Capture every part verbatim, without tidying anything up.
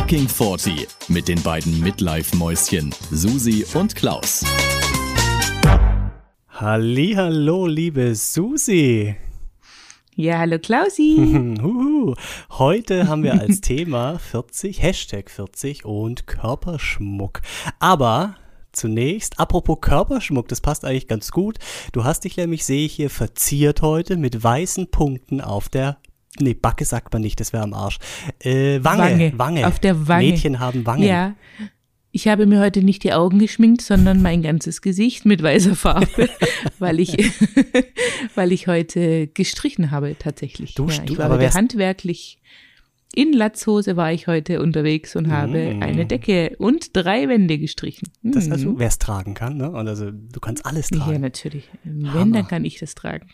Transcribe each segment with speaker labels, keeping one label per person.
Speaker 1: Fucking vierzig mit den beiden Midlife-Mäuschen Susi und Klaus.
Speaker 2: Hallihallo, liebe Susi.
Speaker 3: Ja, hallo Klausi.
Speaker 2: Heute haben wir als Thema vierzig, Hashtag vierzig und Körperschmuck. Aber zunächst, apropos Körperschmuck, das passt eigentlich ganz gut. Du hast dich nämlich, sehe ich hier, verziert heute mit weißen Punkten auf der, nee, Backe sagt man nicht, das wäre am Arsch. Äh, Wange,
Speaker 3: Wange,
Speaker 2: Wange.
Speaker 3: auf der Wange.
Speaker 2: Mädchen haben Wangen.
Speaker 3: Ja, ich habe mir heute nicht die Augen geschminkt, sondern mein ganzes Gesicht mit weißer Farbe, weil ich, weil ich heute gestrichen habe tatsächlich.
Speaker 2: Du,
Speaker 3: ja, ich
Speaker 2: du,
Speaker 3: war
Speaker 2: aber
Speaker 3: heute handwerklich. In Latzhose war ich heute unterwegs und habe
Speaker 2: Mm.
Speaker 3: eine Decke und drei Wände gestrichen.
Speaker 2: Das
Speaker 3: Mhm.
Speaker 2: also, wer es tragen kann, ne? Und also, du kannst alles tragen.
Speaker 3: Ja, natürlich. Wenn,
Speaker 2: Hammer.
Speaker 3: dann kann ich das tragen.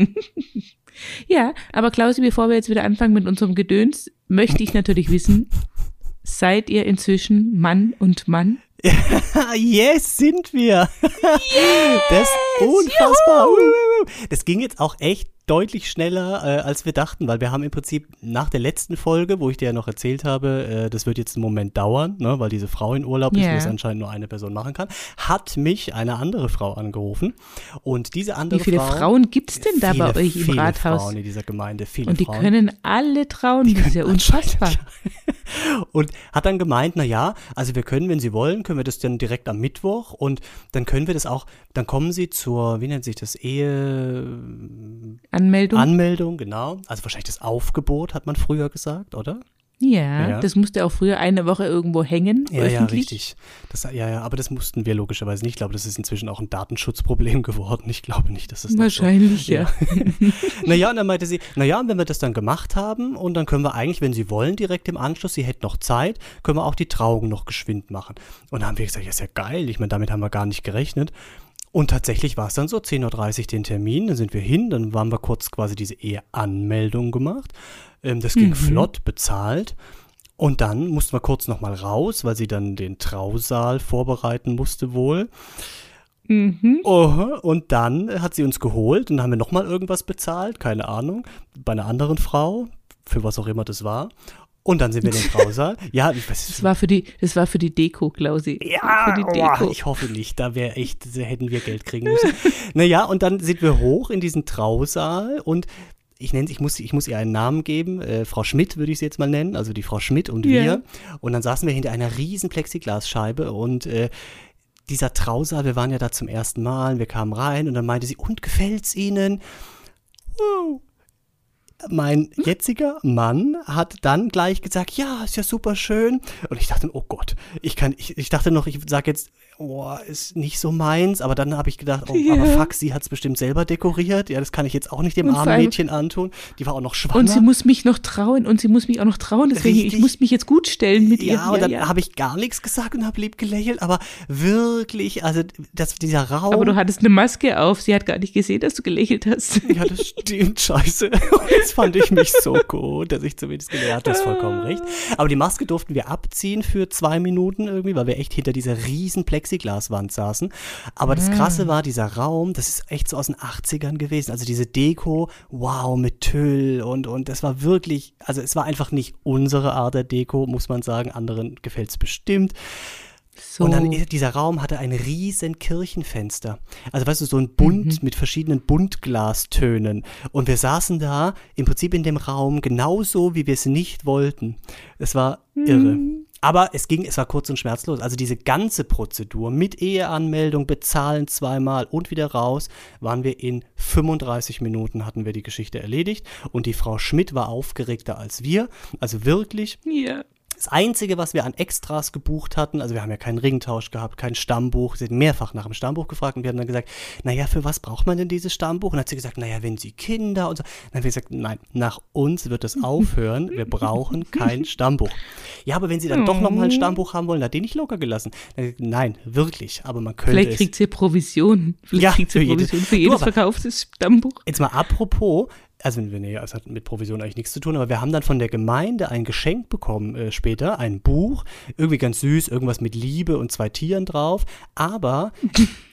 Speaker 3: Ja, aber Klausi, bevor wir jetzt wieder anfangen mit unserem Gedöns, möchte ich natürlich wissen, seid ihr inzwischen Mann und Mann?
Speaker 2: Yes, sind wir. Yes, das ist unfassbar. Juhu. Das ging jetzt auch echt deutlich schneller, äh, als wir dachten, weil wir haben im Prinzip nach der letzten Folge, wo ich dir ja noch erzählt habe, äh, das wird jetzt einen Moment dauern, ne, weil diese Frau in Urlaub ist
Speaker 3: Yeah.
Speaker 2: und das anscheinend nur eine Person machen kann, hat mich eine andere Frau angerufen und diese andere
Speaker 3: Wie viele
Speaker 2: Frau,
Speaker 3: Frauen gibt es denn da
Speaker 2: viele,
Speaker 3: bei euch im
Speaker 2: viele
Speaker 3: Rathaus?
Speaker 2: Frauen in dieser Gemeinde, viele
Speaker 3: Und die
Speaker 2: Frauen.
Speaker 3: können alle trauen, das ist ja unfassbar.
Speaker 2: Und hat dann gemeint, na ja, also wir können, wenn Sie wollen, können wir das dann direkt am Mittwoch und dann können wir das auch, dann kommen Sie zur, wie nennt sich das, Ehe...
Speaker 3: Anmeldung?
Speaker 2: Anmeldung, genau. Also wahrscheinlich das Aufgebot, hat man früher gesagt, oder?
Speaker 3: ja,
Speaker 2: Ja.
Speaker 3: das musste auch früher eine Woche irgendwo hängen,
Speaker 2: Ja,
Speaker 3: öffentlich.
Speaker 2: ja, richtig. Das, ja, ja, aber das mussten wir logischerweise nicht. Ich glaube, das ist inzwischen auch ein Datenschutzproblem geworden. Ich glaube nicht, dass das noch
Speaker 3: Wahrscheinlich,
Speaker 2: so,
Speaker 3: ja.
Speaker 2: Naja, und dann meinte sie, naja, und wenn wir das dann gemacht haben und dann können wir eigentlich, wenn Sie wollen, direkt im Anschluss, Sie hätten noch Zeit, können wir auch die Trauung noch geschwind machen. Und dann haben wir gesagt, ja, ist ja geil. Ich meine, damit haben wir gar nicht gerechnet. Und tatsächlich war es dann so, zehn Uhr dreißig den Termin, dann sind wir hin, dann waren wir kurz quasi diese Eheanmeldung gemacht. Ähm, das ging
Speaker 3: Mhm.
Speaker 2: flott, bezahlt. Und dann mussten wir kurz nochmal raus, weil sie dann den Trausaal vorbereiten musste wohl.
Speaker 3: Mhm.
Speaker 2: Oh, und dann hat sie uns geholt und dann haben wir nochmal irgendwas bezahlt, keine Ahnung, bei einer anderen Frau, für was auch immer das war. Und dann sind wir in den Trausaal. Ja, ich weiß
Speaker 3: Das war für die, das war für die Deko, Klausi.
Speaker 2: Ja,
Speaker 3: für die Deko.
Speaker 2: oh, ich hoffe nicht, da wäre echt, da hätten wir Geld kriegen müssen. Naja, und dann sind wir hoch in diesen Trausaal und ich nenne, ich muss, ich muss ihr einen Namen geben, äh, Frau Schmidt würde ich sie jetzt mal nennen, also die Frau Schmidt und
Speaker 3: Ja.
Speaker 2: wir. Und dann saßen wir hinter einer riesen Plexiglasscheibe und äh, dieser Trausaal, wir waren ja da zum ersten Mal, wir kamen rein und dann meinte sie, und gefällt's Ihnen? Wow. Mein jetziger Mann hat dann gleich gesagt, ja, ist ja super schön. Und ich dachte, oh Gott, ich kann, ich, ich dachte noch, ich sage jetzt, oh, ist nicht so meins. Aber dann habe ich gedacht, oh,
Speaker 3: Ja.
Speaker 2: aber fuck, sie hat es bestimmt selber dekoriert. Ja, das kann ich jetzt auch nicht dem
Speaker 3: Und vor
Speaker 2: armen
Speaker 3: allem-
Speaker 2: Mädchen antun. Die war auch noch schwanger.
Speaker 3: Und sie muss mich noch trauen und sie muss mich auch noch trauen, deswegen,
Speaker 2: Richtig.
Speaker 3: ich muss mich jetzt gut stellen mit ihr.
Speaker 2: Ja, und dann habe ich gar nichts gesagt und habe lieb gelächelt. Aber wirklich, also das, dieser Raum.
Speaker 3: Aber du hattest eine Maske auf, sie hat gar nicht gesehen, dass du gelächelt hast.
Speaker 2: Ja, das stimmt, scheiße. Und jetzt fand ich mich so gut, dass ich zumindest gelernt habe, du hast vollkommen recht. Aber die Maske durften wir abziehen für zwei Minuten irgendwie, weil wir echt hinter dieser riesen Plexiglaswand saßen. Aber das Krasse war, dieser Raum, das ist echt so aus den achtzigern gewesen. Also diese Deko, wow, mit Tüll und, und das war wirklich, also es war einfach nicht unsere Art der Deko, muss man sagen. Anderen gefällt es bestimmt.
Speaker 3: So.
Speaker 2: Und dann dieser Raum hatte ein riesen Kirchenfenster. Also weißt du, so ein Bunt
Speaker 3: Mhm.
Speaker 2: mit verschiedenen Buntglastönen. Und wir saßen da im Prinzip in dem Raum genauso, wie wir es nicht wollten. Es war irre.
Speaker 3: Mhm.
Speaker 2: Aber es ging, es war kurz und schmerzlos. Also diese ganze Prozedur mit Eheanmeldung, bezahlen zweimal und wieder raus, waren wir in fünfunddreißig Minuten hatten wir die Geschichte erledigt. Und die Frau Schmidt war aufgeregter als wir. Also wirklich.
Speaker 3: Ja.
Speaker 2: Das Einzige, was wir an Extras gebucht hatten, also wir haben ja keinen Ringtausch gehabt, kein Stammbuch, sie hat mehrfach nach dem Stammbuch gefragt und wir haben dann gesagt, naja, für was braucht man denn dieses Stammbuch? Und dann hat sie gesagt, naja, wenn sie Kinder und so. Dann haben wir gesagt, nein, nach uns wird es aufhören, wir brauchen kein Stammbuch. Ja, aber wenn sie dann doch nochmal ein Stammbuch haben wollen, hat die nicht locker gelassen. Dann gesagt, nein, wirklich, aber man könnte
Speaker 3: Vielleicht
Speaker 2: es.
Speaker 3: kriegt sie Provision. Vielleicht
Speaker 2: Ja,
Speaker 3: kriegt sie
Speaker 2: für jedes-
Speaker 3: Provision für
Speaker 2: Du,
Speaker 3: jedes
Speaker 2: aber-
Speaker 3: verkauftes Stammbuch.
Speaker 2: Jetzt mal apropos, also nee, es hat mit Provision eigentlich nichts zu tun, aber wir haben dann von der Gemeinde ein Geschenk bekommen äh, später, ein Buch, irgendwie ganz süß, irgendwas mit Liebe und zwei Tieren drauf, aber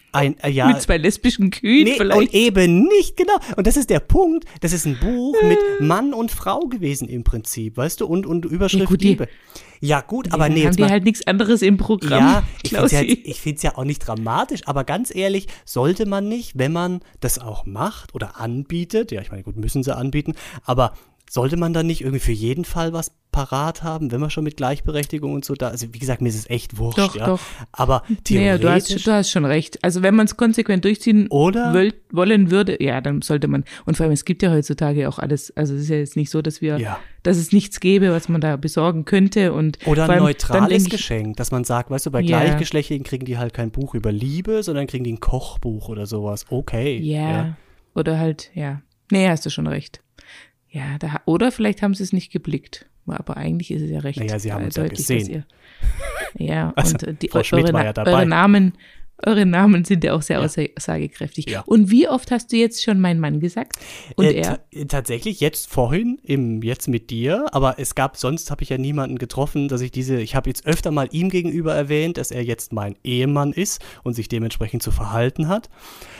Speaker 2: Ein, äh, ja,
Speaker 3: mit zwei lesbischen Kühen
Speaker 2: nee,
Speaker 3: vielleicht.
Speaker 2: Und eben nicht, genau. Und das ist der Punkt. Das ist ein Buch mit Mann und Frau gewesen im Prinzip, weißt du? Und, und Überschrift
Speaker 3: Ja, gut, die-
Speaker 2: Liebe. Ja gut, aber
Speaker 3: ja,
Speaker 2: nee,
Speaker 3: haben
Speaker 2: jetzt
Speaker 3: die
Speaker 2: mal,
Speaker 3: halt nichts anderes im Programm.
Speaker 2: ja, ich finde es ja,
Speaker 3: Klausi.
Speaker 2: jetzt- ich find's ja auch nicht dramatisch, aber ganz ehrlich, sollte man nicht, wenn man das auch macht oder anbietet, ja, ich meine, gut, müssen sie anbieten, aber sollte man dann nicht irgendwie für jeden Fall was parat haben, wenn man schon mit Gleichberechtigung und so da, also wie gesagt, mir ist es echt wurscht,
Speaker 3: Doch,
Speaker 2: ja,
Speaker 3: doch.
Speaker 2: aber
Speaker 3: Naja,
Speaker 2: theoretisch,
Speaker 3: du hast, du hast schon recht. Also wenn man es konsequent durchziehen
Speaker 2: Oder?
Speaker 3: wöl- wollen würde, ja, dann sollte man. Und vor allem, es gibt ja heutzutage auch alles, also es ist ja jetzt nicht so, dass wir,
Speaker 2: Ja.
Speaker 3: dass es nichts gäbe, was man da besorgen könnte. Und
Speaker 2: oder
Speaker 3: vor
Speaker 2: ein
Speaker 3: allem, dann
Speaker 2: neutrales
Speaker 3: denk ich,
Speaker 2: Geschenk, dass man sagt, weißt du, bei
Speaker 3: Ja.
Speaker 2: Gleichgeschlechtlichen kriegen die halt kein Buch über Liebe, sondern kriegen die ein Kochbuch oder sowas, okay.
Speaker 3: Ja, oder halt, ja. Nee, hast du schon recht. Ja, da, oder vielleicht haben sie es nicht geblickt. Aber eigentlich ist es ja recht
Speaker 2: Naja, sie haben
Speaker 3: äh,
Speaker 2: uns ja
Speaker 3: deutlich,
Speaker 2: gesehen.
Speaker 3: dass ihr, ja,
Speaker 2: Also,
Speaker 3: und äh, die,
Speaker 2: Frau Schmidt
Speaker 3: eure,
Speaker 2: war ja
Speaker 3: Na-
Speaker 2: dabei.
Speaker 3: eure Namen, eure Namen sind ja auch sehr
Speaker 2: Ja.
Speaker 3: aussagekräftig.
Speaker 2: Ja.
Speaker 3: Und wie oft hast du jetzt schon mein Mann gesagt? Und
Speaker 2: äh,
Speaker 3: er?
Speaker 2: ta- tatsächlich jetzt vorhin, im, jetzt mit dir, aber es gab, sonst habe ich ja niemanden getroffen, dass ich diese, ich habe jetzt öfter mal ihm gegenüber erwähnt, dass er jetzt mein Ehemann ist und sich dementsprechend zu verhalten hat.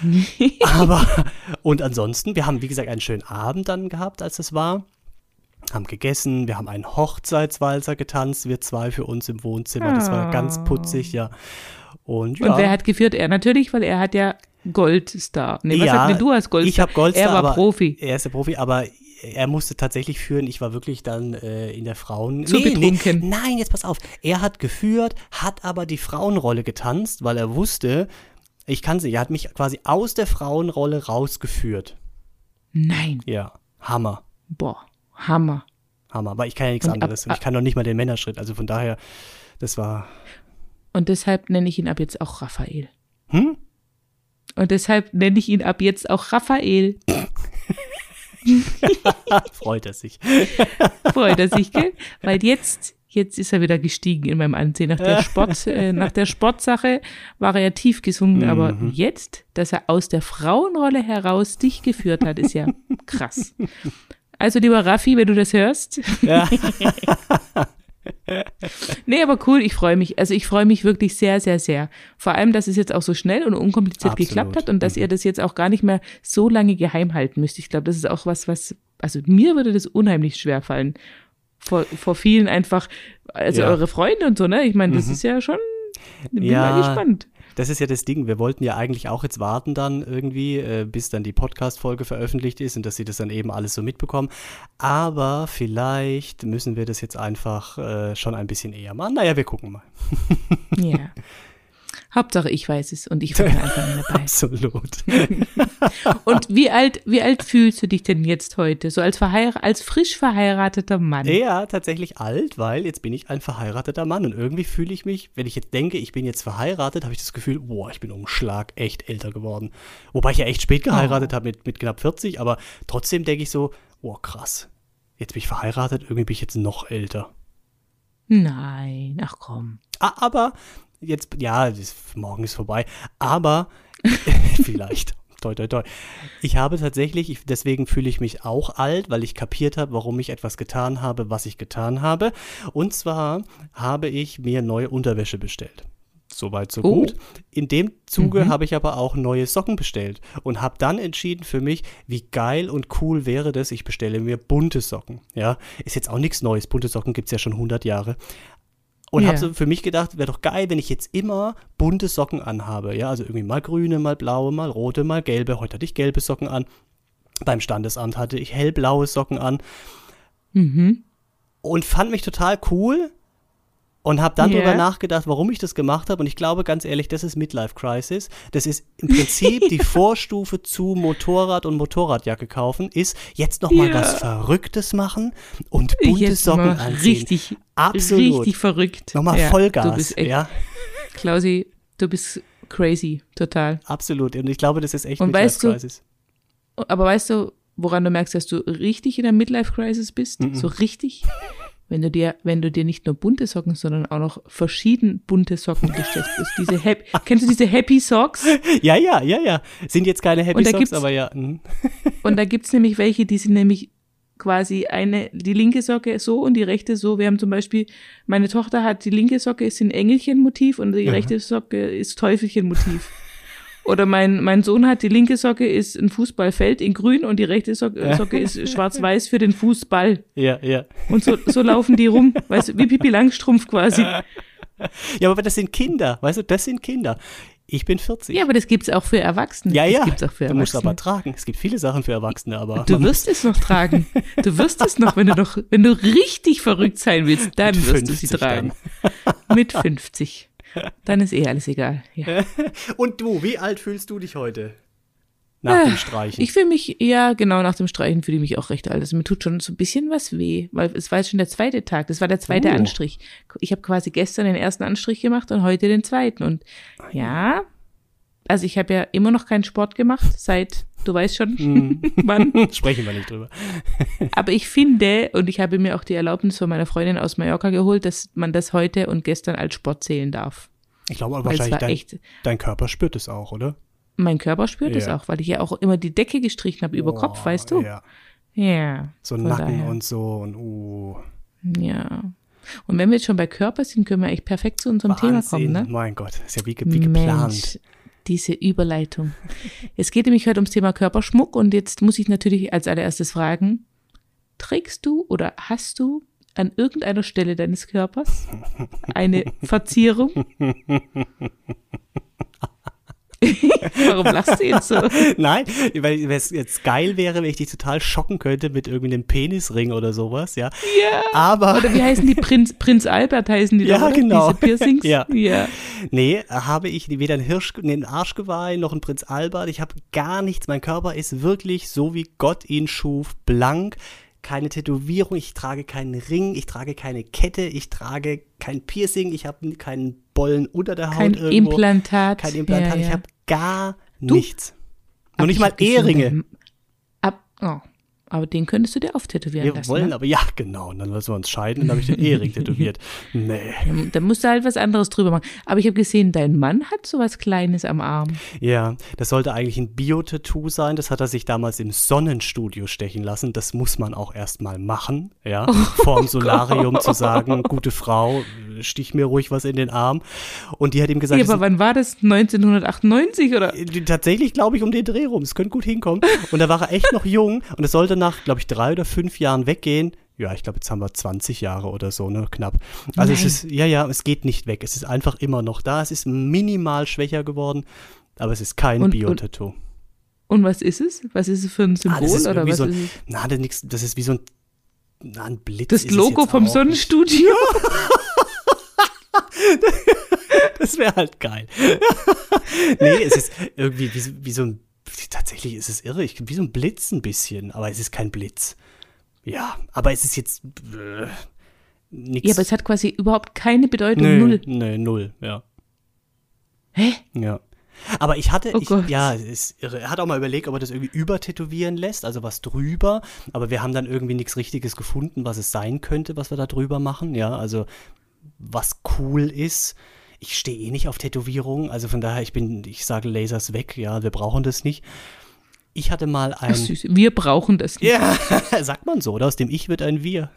Speaker 2: Aber, und ansonsten, wir haben, wie gesagt, einen schönen Abend dann gehabt, als es war. Haben gegessen, wir haben einen Hochzeitswalzer getanzt, wir zwei für uns im Wohnzimmer. Das war ganz putzig, ja. Und ja.
Speaker 3: Und wer hat geführt? Er natürlich, weil er hat ja Goldstar. Nee, was
Speaker 2: Ja,
Speaker 3: sagt denn du als Goldstar?
Speaker 2: Ich habe Goldstar,
Speaker 3: Er war
Speaker 2: aber
Speaker 3: Profi.
Speaker 2: Er ist der Profi, aber er musste tatsächlich führen. Ich war wirklich dann äh, in der Frauen...
Speaker 3: Zu betrunken.
Speaker 2: nein, jetzt pass auf. Er hat geführt, hat aber die Frauenrolle getanzt, weil er wusste, ich kann sie, er hat mich quasi aus der Frauenrolle rausgeführt.
Speaker 3: Nein.
Speaker 2: Ja, Hammer.
Speaker 3: Boah, Hammer.
Speaker 2: Hammer. Aber ich kann ja nichts
Speaker 3: Und ab-
Speaker 2: anderes. Und ich kann noch nicht mal den Männerschritt. Also von daher, das war...
Speaker 3: Und deshalb nenne ich ihn ab jetzt auch Raphael.
Speaker 2: Hm?
Speaker 3: Und deshalb nenne ich ihn ab jetzt auch Raphael.
Speaker 2: Freut er sich.
Speaker 3: Freut er sich, gell? Weil jetzt, jetzt ist er wieder gestiegen in meinem Ansehen. Nach der Sport, äh, nach der Sportsache war er ja tief gesunken,
Speaker 2: Mhm.
Speaker 3: aber jetzt, dass er aus der Frauenrolle heraus dich geführt hat, ist ja krass. Also lieber Raffi, wenn du das hörst.
Speaker 2: Ja.
Speaker 3: Nee, aber cool, ich freue mich. Also ich freue mich wirklich sehr, sehr, sehr. Vor allem, dass es jetzt auch so schnell und unkompliziert
Speaker 2: Absolut.
Speaker 3: geklappt hat und dass
Speaker 2: Mhm.
Speaker 3: ihr das jetzt auch gar nicht mehr so lange geheim halten müsst. Ich glaube, das ist auch was, was, also mir würde das unheimlich schwer fallen. Vor, vor vielen einfach, also
Speaker 2: Ja.
Speaker 3: eure Freunde und so, ne? Ich meine, das
Speaker 2: Mhm.
Speaker 3: ist ja schon, bin
Speaker 2: Ja.
Speaker 3: mal gespannt.
Speaker 2: Das ist ja das Ding. Wir wollten ja eigentlich auch jetzt warten dann irgendwie, äh, bis dann die Podcast-Folge veröffentlicht ist und dass sie das dann eben alles so mitbekommen. Aber vielleicht müssen wir das jetzt einfach äh, schon ein bisschen eher machen. Naja, wir gucken mal.
Speaker 3: Ja. Hauptsache ich weiß es und ich war von Anfang an dabei.
Speaker 2: Absolut.
Speaker 3: Und wie alt, wie alt fühlst du dich denn jetzt heute? So als verheir- als frisch verheirateter Mann.
Speaker 2: Ja, tatsächlich alt, weil jetzt bin ich ein verheirateter Mann und irgendwie fühle ich mich, wenn ich jetzt denke, ich bin jetzt verheiratet, habe ich das Gefühl, boah, ich bin um einen Schlag echt älter geworden. Wobei ich ja echt spät geheiratet habe mit, mit knapp vierzig, aber trotzdem denke ich so, boah, krass. Jetzt bin ich verheiratet, irgendwie bin ich jetzt noch älter.
Speaker 3: Nein, ach komm.
Speaker 2: Ah, aber jetzt, ja, das, morgen ist vorbei, aber vielleicht, toi, toi, toi. Ich habe tatsächlich, ich, deswegen fühle ich mich auch alt, weil ich kapiert habe, warum ich etwas getan habe, was ich getan habe. Und zwar habe ich mir neue Unterwäsche bestellt. Soweit, so
Speaker 3: Oh.
Speaker 2: gut. In dem Zuge
Speaker 3: Mhm.
Speaker 2: habe ich aber auch neue Socken bestellt und habe dann entschieden für mich, wie geil und cool wäre das, ich bestelle mir bunte Socken. Ja, ist jetzt auch nichts Neues. Bunte Socken gibt es ja schon hundert Jahre. Und
Speaker 3: Ja.
Speaker 2: habe so für mich gedacht, wäre doch geil, wenn ich jetzt immer bunte Socken anhabe. Ja, also irgendwie mal grüne, mal blaue, mal rote, mal gelbe. Heute hatte ich gelbe Socken an. Beim Standesamt hatte ich hellblaue Socken an.
Speaker 3: Mhm.
Speaker 2: Und fand mich total cool. Und habe dann
Speaker 3: Ja.
Speaker 2: darüber nachgedacht, warum ich das gemacht habe. Und ich glaube, ganz ehrlich, das ist Midlife Crisis. Das ist im Prinzip die Vorstufe zu Motorrad und Motorradjacke kaufen, ist jetzt noch mal
Speaker 3: Ja.
Speaker 2: was Verrücktes machen und bunte
Speaker 3: Jetzt
Speaker 2: Socken
Speaker 3: mal
Speaker 2: anziehen.
Speaker 3: richtig,
Speaker 2: Absolut.
Speaker 3: richtig verrückt.
Speaker 2: Nochmal
Speaker 3: Ja,
Speaker 2: Vollgas.
Speaker 3: Du bist echt,
Speaker 2: ja,
Speaker 3: Klausi, du bist crazy, total.
Speaker 2: absolut. Und ich glaube, das ist echt
Speaker 3: Und
Speaker 2: Midlife
Speaker 3: weißt du-
Speaker 2: Crisis.
Speaker 3: Aber weißt du, woran du merkst, dass du richtig in der Midlife-Crisis bist?
Speaker 2: Mhm.
Speaker 3: So richtig? Wenn du dir, wenn du dir nicht nur bunte Socken, sondern auch noch verschieden bunte Socken bestellst. Diese Happy, kennst du diese Happy Socks?
Speaker 2: Ja, ja, ja, ja. Sind jetzt keine Happy
Speaker 3: Und da
Speaker 2: Socks,
Speaker 3: gibt's-
Speaker 2: aber ja. mhm.
Speaker 3: Und da gibt's nämlich welche, die sind nämlich quasi eine, die linke Socke so und die rechte so. Wir haben zum Beispiel, meine Tochter hat, die linke Socke ist ein Engelchen-Motiv und die
Speaker 2: Ja.
Speaker 3: rechte Socke ist Teufelchen-Motiv. Oder mein, mein Sohn hat, die linke Socke ist ein Fußballfeld in grün und die rechte Socke, Socke ist schwarz-weiß für den Fußball.
Speaker 2: Ja, ja.
Speaker 3: Und so, so laufen die rum, weißt du, wie Pipi Langstrumpf quasi.
Speaker 2: Ja, aber das sind Kinder, weißt du, das sind Kinder. Ich bin vierzig.
Speaker 3: Ja, aber das gibt's auch für Erwachsene.
Speaker 2: Ja, ja,
Speaker 3: das gibt's auch für
Speaker 2: du musst
Speaker 3: Erwachsene.
Speaker 2: aber tragen. Es gibt viele Sachen für Erwachsene, aber
Speaker 3: Du
Speaker 2: man
Speaker 3: wirst es noch tragen. Du wirst es noch, wenn du noch, wenn du richtig verrückt sein willst, dann
Speaker 2: Mit
Speaker 3: wirst du sie
Speaker 2: fünfzig
Speaker 3: tragen. Mit fünfzig. Dann ist eh alles egal. Ja.
Speaker 2: Und du, wie alt fühlst du dich heute? Nach dem Streichen.
Speaker 3: Ich fühle mich, ja, genau, nach dem Streichen fühle ich mich auch recht alt. Also mir tut schon so ein bisschen was weh, weil es war jetzt schon der zweite Tag. Das war der zweite
Speaker 2: Oh.
Speaker 3: Anstrich. Ich habe quasi gestern den ersten Anstrich gemacht und heute den zweiten. Und ja, also ich habe ja immer noch keinen Sport gemacht, seit, du weißt schon, wann.
Speaker 2: Sprechen wir nicht drüber.
Speaker 3: Aber ich finde, und ich habe mir auch die Erlaubnis von meiner Freundin aus Mallorca geholt, dass man das heute und gestern als Sport zählen darf.
Speaker 2: Ich glaube aber
Speaker 3: Weil es
Speaker 2: wahrscheinlich,
Speaker 3: war
Speaker 2: dein,
Speaker 3: echt,
Speaker 2: dein Körper spürt es auch, oder?
Speaker 3: mein Körper spürt es
Speaker 2: Ja.
Speaker 3: auch, weil ich ja auch immer die Decke gestrichen habe über
Speaker 2: Oh,
Speaker 3: Kopf, weißt du?
Speaker 2: Ja.
Speaker 3: Ja.
Speaker 2: So
Speaker 3: von
Speaker 2: Nacken
Speaker 3: daher.
Speaker 2: und so und uh.
Speaker 3: Ja. Und wenn wir jetzt schon bei Körper sind, können wir echt perfekt zu unserem Thema kommen, ne?
Speaker 2: Mein Gott, ist ja wie, ge- wie geplant.
Speaker 3: Mensch, diese Überleitung. Es geht nämlich heute ums Thema Körperschmuck und jetzt muss ich natürlich als allererstes fragen, trägst du oder hast du an irgendeiner Stelle deines Körpers eine Verzierung? Warum lachst du jetzt so?
Speaker 2: Nein, weil es jetzt geil wäre, wenn ich dich total schocken könnte mit irgendwie einem Penisring oder sowas, ja.
Speaker 3: Ja.
Speaker 2: Aber
Speaker 3: Oder wie heißen die? Prinz, Prinz Albert heißen die
Speaker 2: Ja,
Speaker 3: doch, oder?
Speaker 2: genau.
Speaker 3: Diese Piercings?
Speaker 2: Ja.
Speaker 3: ja.
Speaker 2: nee, habe ich weder ein Hirsch, nee, ein Arschgeweih noch ein Prinz Albert. Ich habe gar nichts. Mein Körper ist wirklich so, wie Gott ihn schuf, blank. Keine Tätowierung, ich trage keinen Ring, ich trage keine Kette, ich trage kein Piercing, ich habe keinen Bollen unter der Haut
Speaker 3: Kein
Speaker 2: irgendwo.
Speaker 3: Implantat.
Speaker 2: Kein Implantat,
Speaker 3: Ja, ja.
Speaker 2: ich habe gar
Speaker 3: Du?
Speaker 2: nichts. Noch
Speaker 3: Aber
Speaker 2: nicht
Speaker 3: ich
Speaker 2: mal
Speaker 3: hab gesehen,
Speaker 2: Eheringe.
Speaker 3: dein- Ab, oh. Aber den könntest du dir auftätowieren
Speaker 2: Wir
Speaker 3: lassen.
Speaker 2: wollen
Speaker 3: ne?
Speaker 2: aber, ja genau, und dann müssen wir uns scheiden und dann habe ich den Ehering tätowiert. Nee.
Speaker 3: Da musst du halt was anderes drüber machen. Aber ich habe gesehen, dein Mann hat so was Kleines am Arm.
Speaker 2: Ja, das sollte eigentlich ein Bio-Tattoo sein. Das hat er sich damals im Sonnenstudio stechen lassen. Das muss man auch erstmal machen, ja. Vorm Solarium zu sagen, gute Frau, stich mir ruhig was in den Arm. Und die hat ihm gesagt,
Speaker 3: Ja,
Speaker 2: das
Speaker 3: aber wann war das? neunzehnhundertachtundneunzig oder?
Speaker 2: ist- tatsächlich glaube ich um den Dreh rum. Es könnte gut hinkommen. Und da war er echt noch jung und es sollte nach, glaube ich, drei oder fünf Jahren weggehen. Ja, ich glaube, jetzt haben wir zwanzig Jahre oder so, ne, knapp. Also es
Speaker 3: Nein.
Speaker 2: ist, ja, ja, es geht nicht weg. Es ist einfach immer noch da. Es ist minimal schwächer geworden, aber es ist kein
Speaker 3: Und-
Speaker 2: Bio-Tattoo.
Speaker 3: Und was ist es? Was ist es für ein Symbol?
Speaker 2: Ah, das ist
Speaker 3: oder
Speaker 2: irgendwie
Speaker 3: was
Speaker 2: so ein,
Speaker 3: ist es?
Speaker 2: na, das, ist nix, das ist wie so ein, na, ein Blitz.
Speaker 3: Das
Speaker 2: ist es
Speaker 3: Logo
Speaker 2: jetzt
Speaker 3: vom
Speaker 2: auch
Speaker 3: Sonnenstudio?
Speaker 2: nicht. Das wäre halt geil. Nee, es ist irgendwie wie, wie so ein, tatsächlich ist es irre, ich, wie so ein Blitz ein bisschen, aber es ist kein Blitz. Ja, aber es ist jetzt äh, nichts.
Speaker 3: Ja, aber es hat quasi überhaupt keine Bedeutung.
Speaker 2: Nö,
Speaker 3: Null.
Speaker 2: Nee, null, ja.
Speaker 3: Hä?
Speaker 2: Ja. Aber ich hatte,
Speaker 3: Oh
Speaker 2: ich,
Speaker 3: Gott.
Speaker 2: ja, es ist irre. Er hat auch mal überlegt, ob er das irgendwie übertätowieren lässt, also was drüber. Aber wir haben dann irgendwie nichts Richtiges gefunden, was es sein könnte, was wir da drüber machen. Ja, also was cool ist. Ich stehe eh nicht auf Tätowierungen, also von daher, ich bin, ich sage Lasers weg, ja, wir brauchen das nicht. Ich hatte mal ein.
Speaker 3: Ach süß, wir brauchen das nicht.
Speaker 2: Ja, sagt man so, oder? Aus dem Ich wird ein Wir.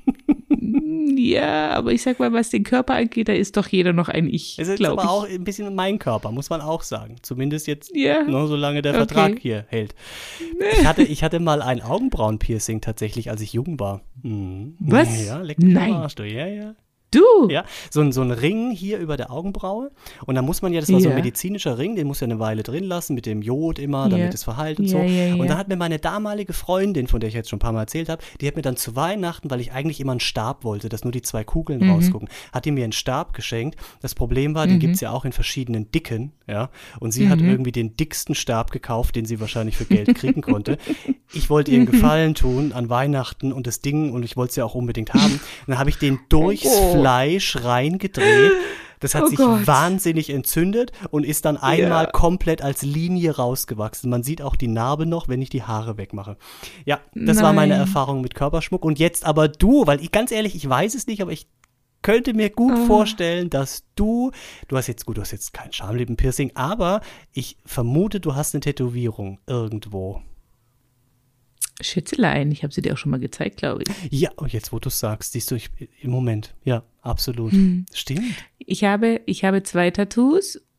Speaker 3: Ja, aber ich sag mal, was den Körper angeht, da ist doch jeder noch ein Ich,
Speaker 2: Es ist
Speaker 3: glaube
Speaker 2: aber
Speaker 3: ich.
Speaker 2: auch ein bisschen mein Körper, muss man auch sagen. Zumindest jetzt,
Speaker 3: Ja.
Speaker 2: ne, solange der
Speaker 3: Okay.
Speaker 2: Vertrag hier hält. Ich hatte, ich hatte mal ein Augenbrauenpiercing tatsächlich, als ich jung war. Mhm.
Speaker 3: Was?
Speaker 2: Ja, leck mich am
Speaker 3: Nein.
Speaker 2: Arsch, du. Ja, ja.
Speaker 3: Du?
Speaker 2: Ja, so ein, so ein Ring hier über der Augenbraue. Und dann muss man ja, das war so ein
Speaker 3: Ja.
Speaker 2: medizinischer Ring, den muss ja eine Weile drin lassen, mit dem Jod immer, damit
Speaker 3: Ja.
Speaker 2: es verheilt und
Speaker 3: Ja,
Speaker 2: so.
Speaker 3: ja, ja.
Speaker 2: Und da hat mir meine damalige Freundin, von der ich jetzt schon ein paar Mal erzählt habe, die hat mir dann zu Weihnachten, weil ich eigentlich immer einen Stab wollte, dass nur die zwei Kugeln
Speaker 3: Mhm.
Speaker 2: rausgucken, hat die mir einen Stab geschenkt. Das Problem war, den gibt es ja auch in verschiedenen Dicken, ja. Und sie hat irgendwie den dicksten Stab gekauft, den sie wahrscheinlich für Geld kriegen konnte. Ich wollte ihr einen Gefallen tun an Weihnachten und das Ding, und ich wollte es ja auch unbedingt haben. Und dann habe ich den durchs
Speaker 3: Oh.
Speaker 2: Fleisch reingedreht. Das hat
Speaker 3: Oh
Speaker 2: sich
Speaker 3: Gott.
Speaker 2: wahnsinnig entzündet und ist dann einmal
Speaker 3: Ja.
Speaker 2: komplett als Linie rausgewachsen. Man sieht auch die Narbe noch, wenn ich die Haare wegmache. Ja, das war meine
Speaker 3: Nein.
Speaker 2: Erfahrung mit Körperschmuck. Und jetzt aber du, weil ich ganz ehrlich, ich weiß es nicht, aber ich könnte mir gut
Speaker 3: Ah.
Speaker 2: vorstellen, dass du, du hast jetzt, gut, du hast jetzt kein Schamlippen-Piercing, aber ich vermute, du hast eine Tätowierung irgendwo.
Speaker 3: Schätzelein, ich habe sie dir auch schon mal gezeigt, glaube ich.
Speaker 2: Ja, oh, jetzt wo du es sagst, siehst du, ich, im Moment, ja, absolut.
Speaker 3: Hm.
Speaker 2: Stimmt.
Speaker 3: Ich habe, ich habe zwei Tattoos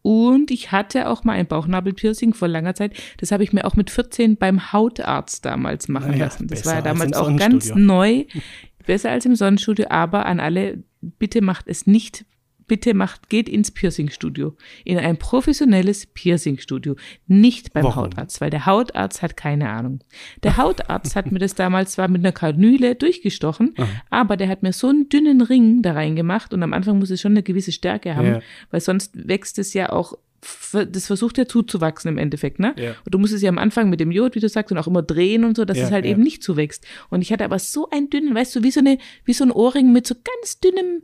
Speaker 3: Und ich hatte auch mal ein Bauchnabelpiercing vor langer Zeit. Das habe ich mir auch mit vierzehn beim Hautarzt damals machen
Speaker 2: Naja,
Speaker 3: lassen. Das
Speaker 2: besser
Speaker 3: war ja damals
Speaker 2: als im
Speaker 3: auch ganz
Speaker 2: Sonnenstudio.
Speaker 3: neu. Besser als im Sonnenstudio, aber an alle, bitte macht es nicht. Bitte macht, geht ins Piercingstudio. In ein professionelles Piercingstudio. Nicht beim
Speaker 2: Warum?
Speaker 3: Hautarzt, weil der Hautarzt hat keine Ahnung. Der Hautarzt hat mir das damals zwar mit einer Kanüle durchgestochen, aber der hat mir so einen dünnen Ring da reingemacht und am Anfang muss es schon eine gewisse Stärke haben,
Speaker 2: Ja.
Speaker 3: weil sonst wächst es ja auch, das versucht ja zuzuwachsen im Endeffekt, ne?
Speaker 2: Ja.
Speaker 3: Und du musst es ja am Anfang mit dem Jod, wie du sagst, und auch immer drehen und so, dass
Speaker 2: Ja,
Speaker 3: es halt
Speaker 2: ja.
Speaker 3: eben nicht zuwächst. Und ich hatte aber so einen dünnen, weißt du, wie so eine, wie so ein Ohrring mit so ganz dünnem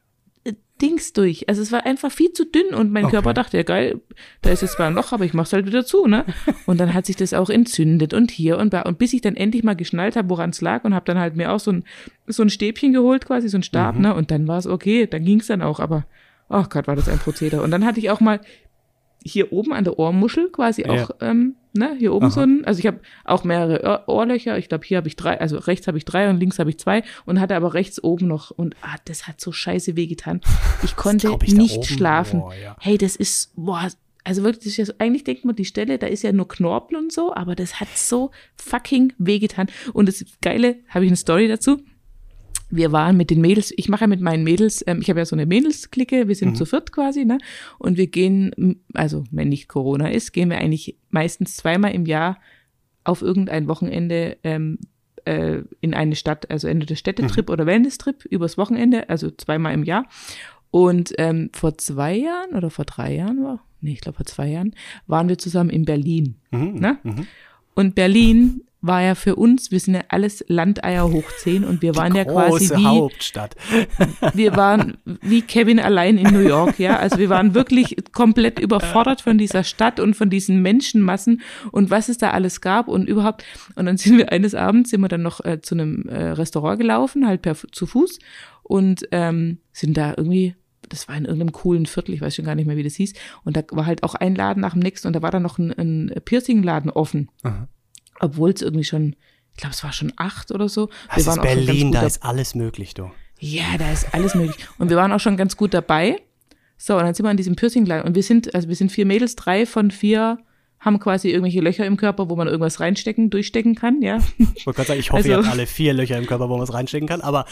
Speaker 3: Dings durch. Also es war einfach viel zu dünn und mein
Speaker 2: Okay.
Speaker 3: Körper dachte, ja geil, da ist jetzt zwar ein Loch, aber ich mach's halt wieder zu, ne? Und dann hat sich das auch entzündet und hier und da. Und bis ich dann endlich mal geschnallt habe, woran es lag und habe dann halt mir auch so ein, so ein Stäbchen geholt quasi, so ein Stab,
Speaker 2: Mhm.
Speaker 3: ne? Und dann war es okay, dann ging's dann auch, aber ach Gott, war das ein Prozedere. Und dann hatte ich auch mal hier oben an der Ohrmuschel quasi
Speaker 2: Ja.
Speaker 3: auch, ähm, ne, hier oben
Speaker 2: Aha.
Speaker 3: so ein, also ich habe auch mehrere Ohr Ohrlöcher, ich glaube hier habe ich drei, also rechts habe ich drei und links habe ich zwei und hatte aber rechts oben noch und ah, das hat so scheiße wehgetan. Ich konnte
Speaker 2: glaub ich, da
Speaker 3: nicht
Speaker 2: oben.
Speaker 3: schlafen.
Speaker 2: Boah, ja.
Speaker 3: Hey, das ist, boah, also wirklich, das ist ja, eigentlich denkt man, die Stelle, da ist ja nur Knorpel und so, aber das hat so fucking wehgetan. Und das Geile, habe ich eine Story dazu. Wir waren mit den Mädels, ich mache ja mit meinen Mädels, ähm, ich habe ja so eine Mädelsklicke, wir sind
Speaker 2: Mhm.
Speaker 3: zu viert quasi, ne? Und wir gehen, m, also wenn nicht Corona ist, gehen wir eigentlich meistens zweimal im Jahr auf irgendein Wochenende ähm, äh, in eine Stadt, also entweder Städtetrip oder Wellness-Trip übers Wochenende, also zweimal im Jahr. Und ähm, vor zwei Jahren oder vor drei Jahren war, nee, ich glaube vor zwei Jahren, waren wir zusammen in Berlin.
Speaker 2: Mhm.
Speaker 3: Ne?
Speaker 2: Mhm.
Speaker 3: Und Berlin war ja für uns, wir sind ja alles Landeier hoch zehn und wir waren ja quasi
Speaker 2: Große
Speaker 3: wie,
Speaker 2: Hauptstadt.
Speaker 3: wir waren wie Kevin allein in New York, ja. Also wir waren wirklich komplett überfordert von dieser Stadt und von diesen Menschenmassen und was es da alles gab und überhaupt. Und dann sind wir eines Abends, sind wir dann noch äh, zu einem äh, Restaurant gelaufen, halt per zu Fuß und ähm, sind da irgendwie, das war in irgendeinem coolen Viertel, ich weiß schon gar nicht mehr, wie das hieß. Und da war halt auch ein Laden nach dem nächsten und da war dann noch ein, ein Piercing-Laden offen.
Speaker 2: Aha.
Speaker 3: Obwohl es irgendwie schon, ich glaube, es war schon acht oder so.
Speaker 2: Das ist
Speaker 3: auch schon ganz
Speaker 2: Berlin,
Speaker 3: gut
Speaker 2: da
Speaker 3: dab-
Speaker 2: ist alles möglich, du.
Speaker 3: Ja, da ist alles möglich. Und wir waren auch schon ganz gut dabei. So, und dann sind wir an diesem Piercing-Laden. Und wir sind, also wir sind vier Mädels, drei von vier haben quasi irgendwelche Löcher im Körper, wo man irgendwas reinstecken, durchstecken kann, ja.
Speaker 2: Ich wollte gerade sagen, ich hoffe, ihr
Speaker 3: Also-
Speaker 2: habt alle vier Löcher im Körper, wo man es reinstecken kann, aber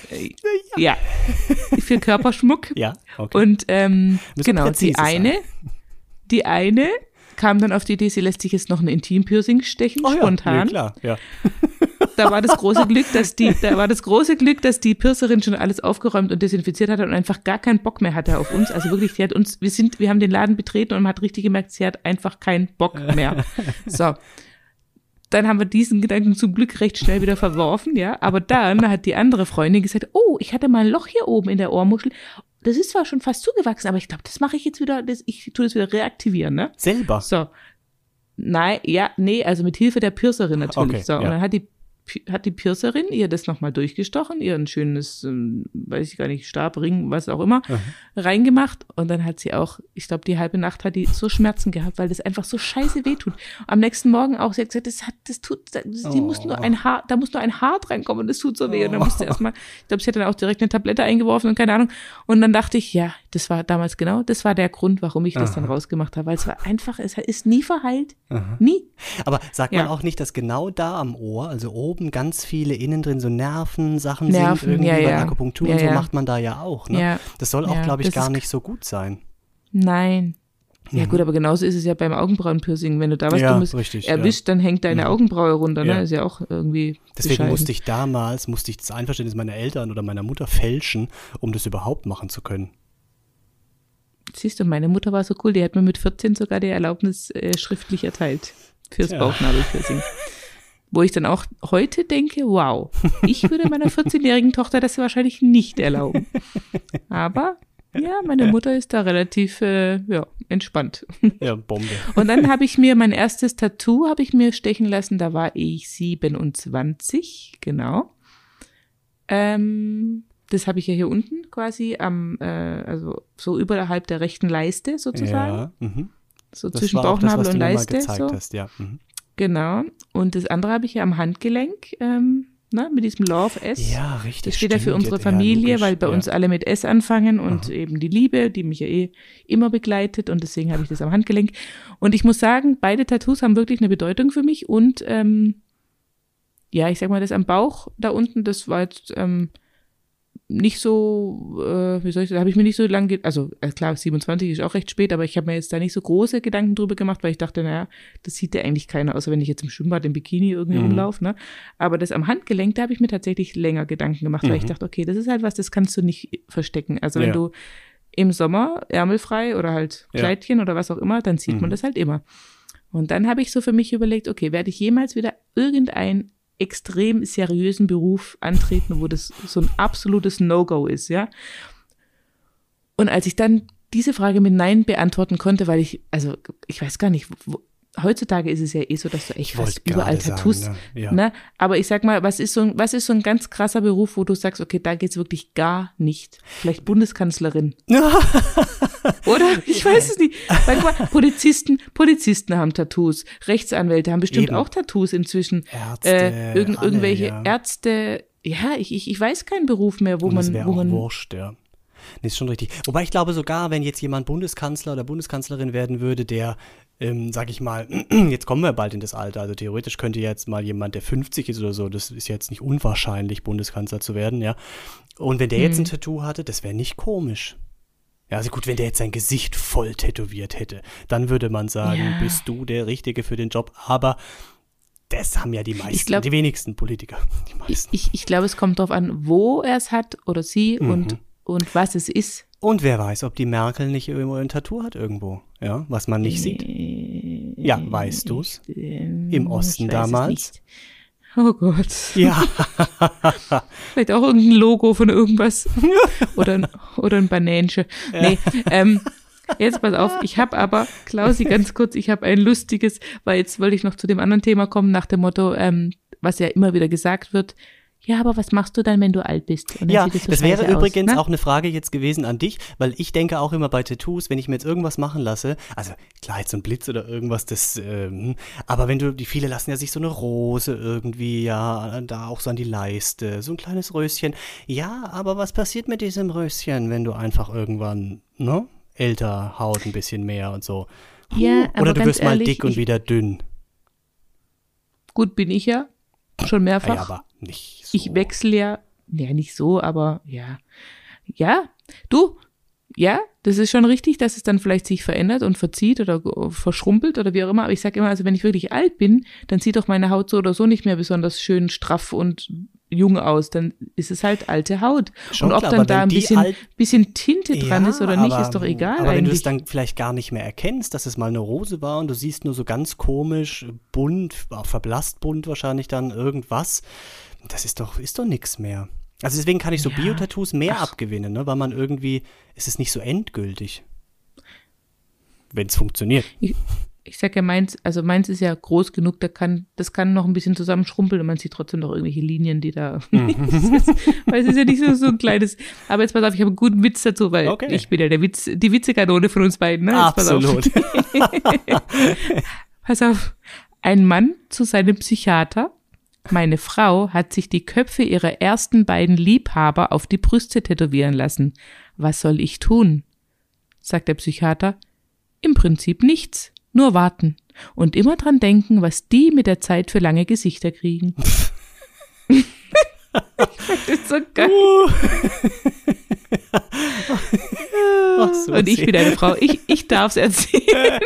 Speaker 3: Ja. Für Körperschmuck.
Speaker 2: ja, okay.
Speaker 3: Und ähm,
Speaker 2: Müssen
Speaker 3: genau,
Speaker 2: präzise
Speaker 3: die eine,
Speaker 2: sein.
Speaker 3: die eine kam dann auf die Idee, sie lässt sich jetzt noch ein Intim-Piercing stechen,
Speaker 2: Oh ja,
Speaker 3: spontan.
Speaker 2: nee, klar, ja.
Speaker 3: Da war das große Glück, dass die, da war das große Glück, dass die Piercerin schon alles aufgeräumt und desinfiziert hatte und einfach gar keinen Bock mehr hatte auf uns. Also wirklich, die hat uns, wir sind, wir haben den Laden betreten und man hat richtig gemerkt, sie hat einfach keinen Bock mehr. So. Dann haben wir diesen Gedanken zum Glück recht schnell wieder verworfen, ja. Aber dann hat die andere Freundin gesagt, oh, ich hatte mal ein Loch hier oben in der Ohrmuschel. Das ist zwar schon fast zugewachsen, aber ich glaube, das mache ich jetzt wieder, das, ich tue das wieder reaktivieren, ne?
Speaker 2: Selber.
Speaker 3: So. Nein, ja, nee, also mit Hilfe der Piercerin natürlich.
Speaker 2: Okay,
Speaker 3: so, und
Speaker 2: ja.
Speaker 3: dann hat die, hat die Piercerin ihr das nochmal durchgestochen, ihr ein schönes, ähm, weiß ich gar nicht, Stab, Ring, was auch immer, reingemacht. Und dann hat sie auch, ich glaube, die halbe Nacht hat die so Schmerzen gehabt, weil das einfach so scheiße wehtut. Am nächsten Morgen auch, sie hat gesagt, das hat, das tut, das, die
Speaker 2: Oh.
Speaker 3: muss nur ein Haar, da muss nur ein Haar drankommen und das tut so weh. Und dann musste erstmal, ich glaube, sie hat dann auch direkt eine Tablette eingeworfen und keine Ahnung. Und dann dachte ich, ja, das war damals genau, das war der Grund, warum ich das dann rausgemacht habe, weil es war einfach, es ist nie verheilt. Nie.
Speaker 2: Aber sagt man
Speaker 3: Ja.
Speaker 2: auch nicht, dass genau da am Ohr, also oben ganz viele innen drin so Nervensachen
Speaker 3: Nerven,
Speaker 2: sind irgendwie,
Speaker 3: ja,
Speaker 2: weil
Speaker 3: ja.
Speaker 2: Akupunktur
Speaker 3: Ja,
Speaker 2: und so
Speaker 3: ja.
Speaker 2: macht man da ja auch, ne?
Speaker 3: Ja.
Speaker 2: Das soll auch,
Speaker 3: Ja,
Speaker 2: glaube ich,
Speaker 3: das
Speaker 2: gar
Speaker 3: ist-
Speaker 2: nicht so gut sein.
Speaker 3: Nein. Ja gut, aber genauso ist es ja beim Augenbrauenpiercing. Wenn du da was
Speaker 2: Ja,
Speaker 3: Dummes
Speaker 2: richtig,
Speaker 3: erwischt, dann hängt deine
Speaker 2: Mhm.
Speaker 3: Augenbraue runter, ne?
Speaker 2: Ja.
Speaker 3: Ist ja auch irgendwie
Speaker 2: Deswegen
Speaker 3: bescheiden.
Speaker 2: musste ich damals, musste ich das Einverständnis meiner Eltern oder meiner Mutter fälschen, um das überhaupt machen zu können.
Speaker 3: Siehst du, meine Mutter war so cool, die hat mir mit vierzehn sogar die Erlaubnis äh, schriftlich erteilt fürs
Speaker 2: Tja.
Speaker 3: Bauchnabelpiercing. Wo ich dann auch heute denke, wow, ich würde meiner vierzehnjährigen Tochter das wahrscheinlich nicht erlauben. Aber ja, meine Mutter ist da relativ äh, ja, entspannt.
Speaker 2: Ja, Bombe.
Speaker 3: Und dann habe ich mir mein erstes Tattoo habe ich mir stechen lassen, da war ich siebenundzwanzig, genau. Ähm, das habe ich ja hier unten quasi am, äh, also so überhalb der rechten Leiste sozusagen,
Speaker 2: Ja, mhm.
Speaker 3: so
Speaker 2: Das
Speaker 3: zwischen
Speaker 2: war auch das,
Speaker 3: Bauchnabel
Speaker 2: was
Speaker 3: und
Speaker 2: du mir mal
Speaker 3: Leiste.
Speaker 2: gezeigt
Speaker 3: So.
Speaker 2: hast, ja. Mhm.
Speaker 3: Genau. Und das andere habe ich ja am Handgelenk, ähm, ne, mit diesem Love S.
Speaker 2: Ja, richtig.
Speaker 3: Das steht ja für
Speaker 2: stimmt.
Speaker 3: unsere
Speaker 2: Ja,
Speaker 3: Familie,
Speaker 2: logisch,
Speaker 3: weil bei
Speaker 2: ja.
Speaker 3: uns alle mit S anfangen und
Speaker 2: Aha.
Speaker 3: eben die Liebe, die mich ja eh immer begleitet und deswegen habe ich das am Handgelenk. Und ich muss sagen, beide Tattoos haben wirklich eine Bedeutung für mich und ähm, ja, ich sag mal, das am Bauch da unten, das war jetzt ähm, nicht so, äh, wie soll ich sagen, da habe ich mir nicht so lange, ge- also äh, klar, siebenundzwanzig ist auch recht spät, aber ich habe mir jetzt da nicht so große Gedanken drüber gemacht, weil ich dachte, naja, das sieht ja eigentlich keiner, außer wenn ich jetzt im Schwimmbad im Bikini irgendwie
Speaker 2: Mhm.
Speaker 3: rumlaufe, ne? Aber das am Handgelenk, da habe ich mir tatsächlich länger Gedanken gemacht, weil ich
Speaker 2: Mhm.
Speaker 3: dachte, okay, das ist halt was, das kannst du nicht verstecken. Also wenn
Speaker 2: Ja.
Speaker 3: du im Sommer ärmelfrei oder halt
Speaker 2: Ja.
Speaker 3: Kleidchen oder was auch immer, dann sieht man
Speaker 2: Mhm.
Speaker 3: das halt immer. Und dann habe ich so für mich überlegt, okay, werde ich jemals wieder irgendein extrem seriösen Beruf antreten, wo das so ein absolutes No-Go ist, ja. Und als ich dann diese Frage mit Nein beantworten konnte, weil ich, also ich weiß gar nicht, wo, heutzutage ist es ja eh so, dass du echt
Speaker 2: Ich wollte
Speaker 3: fast überall
Speaker 2: gerade
Speaker 3: Tattoos,
Speaker 2: sagen, ne? Ja.
Speaker 3: ne? Aber ich sag mal, was ist so ein, was ist so ein ganz krasser Beruf, wo du sagst, okay, da geht's wirklich gar nicht. Vielleicht Bundeskanzlerin. Oder? Ich weiß es nicht. Sag mal, Polizisten, Polizisten haben Tattoos. Rechtsanwälte haben bestimmt
Speaker 2: Eben.
Speaker 3: auch Tattoos inzwischen.
Speaker 2: Ärzte,
Speaker 3: äh, irgend,
Speaker 2: alle,
Speaker 3: irgendwelche
Speaker 2: ja.
Speaker 3: Ärzte. Ja, ich, ich, ich weiß keinen Beruf mehr, wo
Speaker 2: Und das
Speaker 3: man,
Speaker 2: wäre
Speaker 3: wo
Speaker 2: auch
Speaker 3: man.
Speaker 2: wurscht, ja. Nee, ist schon richtig. Wobei ich glaube sogar, wenn jetzt jemand Bundeskanzler oder Bundeskanzlerin werden würde, der, ähm, sag ich mal, jetzt kommen wir bald in das Alter, also theoretisch könnte jetzt mal jemand, der fünfzig ist oder so, das ist jetzt nicht unwahrscheinlich, Bundeskanzler zu werden, ja. Und wenn der jetzt ein
Speaker 3: Hm.
Speaker 2: Tattoo hatte, das wäre nicht komisch. Ja, also gut, wenn der jetzt sein Gesicht voll tätowiert hätte, dann würde man sagen,
Speaker 3: Ja.
Speaker 2: bist du der Richtige für den Job, aber das haben ja die meisten,
Speaker 3: glaub-
Speaker 2: die wenigsten Politiker, die
Speaker 3: Ich,
Speaker 2: meisten.
Speaker 3: ich, ich glaube, es kommt darauf an, wo er es hat oder sie
Speaker 2: Mhm.
Speaker 3: und, und was es ist.
Speaker 2: Und wer weiß, ob die Merkel nicht irgendwo ein Tattoo hat irgendwo, ja, was man nicht sieht. Ja, weißt du's?
Speaker 3: Ähm,
Speaker 2: Im Osten
Speaker 3: ich weiß es
Speaker 2: damals?
Speaker 3: nicht. Oh Gott.
Speaker 2: Ja,
Speaker 3: Vielleicht auch irgendein Logo von irgendwas. oder, ein- oder ein Bananche. Nee, ähm, jetzt pass auf, ich habe aber, Klausi, ganz kurz, ich habe ein lustiges, weil jetzt wollte ich noch zu dem anderen Thema kommen, nach dem Motto, ähm, was ja immer wieder gesagt wird, ja, aber was machst du dann, wenn du alt bist? Und dann
Speaker 2: ja,
Speaker 3: sieht es so
Speaker 2: das wäre
Speaker 3: scheiße
Speaker 2: übrigens
Speaker 3: aus, ne?
Speaker 2: auch eine Frage jetzt gewesen an dich, weil ich denke auch immer bei Tattoos, wenn ich mir jetzt irgendwas machen lasse, also klar, jetzt so ein Blitz oder irgendwas, das, ähm, aber wenn du, die viele lassen ja sich so eine Rose irgendwie, ja, da auch so an die Leiste, so ein kleines Röschen. Ja, aber was passiert mit diesem Röschen, wenn du einfach irgendwann, ne, älter, Haut ein bisschen mehr und so.
Speaker 3: Ja, aber
Speaker 2: Oder du
Speaker 3: ganz
Speaker 2: wirst mal
Speaker 3: ehrlich,
Speaker 2: dick und
Speaker 3: ich-
Speaker 2: wieder dünn.
Speaker 3: Gut bin ich ja, schon mehrfach.
Speaker 2: Ja, aber nicht so.
Speaker 3: Ich wechsle ja, ja, nicht so, aber ja. Ja, du, ja, das ist schon richtig, dass es dann vielleicht sich verändert und verzieht oder g- verschrumpelt oder wie auch immer. Aber ich sage immer, also wenn ich wirklich alt bin, dann sieht doch meine Haut so oder so nicht mehr besonders schön straff und jung aus. Dann ist es halt alte Haut.
Speaker 2: Schon
Speaker 3: und ob
Speaker 2: klar,
Speaker 3: dann
Speaker 2: aber
Speaker 3: da
Speaker 2: wenn
Speaker 3: ein
Speaker 2: die
Speaker 3: bisschen,
Speaker 2: alt-
Speaker 3: bisschen Tinte dran
Speaker 2: Ja,
Speaker 3: ist oder nicht,
Speaker 2: aber-
Speaker 3: ist doch egal
Speaker 2: Aber wenn du
Speaker 3: eigentlich.
Speaker 2: es dann vielleicht gar nicht mehr erkennst, dass es mal eine Rose war und du siehst nur so ganz komisch, bunt, auch verblasst bunt wahrscheinlich dann irgendwas, das ist doch, ist doch nichts mehr. Also deswegen kann ich so
Speaker 3: Ja.
Speaker 2: Bio-Tattoos mehr
Speaker 3: Ach.
Speaker 2: abgewinnen, ne? Weil man irgendwie, es ist nicht so endgültig. Wenn es funktioniert.
Speaker 3: Ich, ich sag ja, meins, also meins ist ja groß genug, da kann, das kann noch ein bisschen zusammenschrumpeln und man sieht trotzdem noch irgendwelche Linien, die da, weil es ist ja nicht so, so ein kleines, aber jetzt pass auf, ich habe einen guten Witz dazu, weil
Speaker 2: Okay.
Speaker 3: ich bin ja der Witz, die Witzekanone von uns beiden, ne? Jetzt pass auf.
Speaker 2: Absolut.
Speaker 3: Pass auf, ein Mann zu seinem Psychiater, meine Frau hat sich die Köpfe ihrer ersten beiden Liebhaber auf die Brüste tätowieren lassen. Was soll ich tun? Sagt der Psychiater, im Prinzip nichts, nur warten und immer dran denken, was die mit der Zeit für lange Gesichter kriegen. Ich fand das so geil.
Speaker 2: Ach so,
Speaker 3: Und ich
Speaker 2: sehr.
Speaker 3: bin eine Frau, ich, ich darf es erzählen.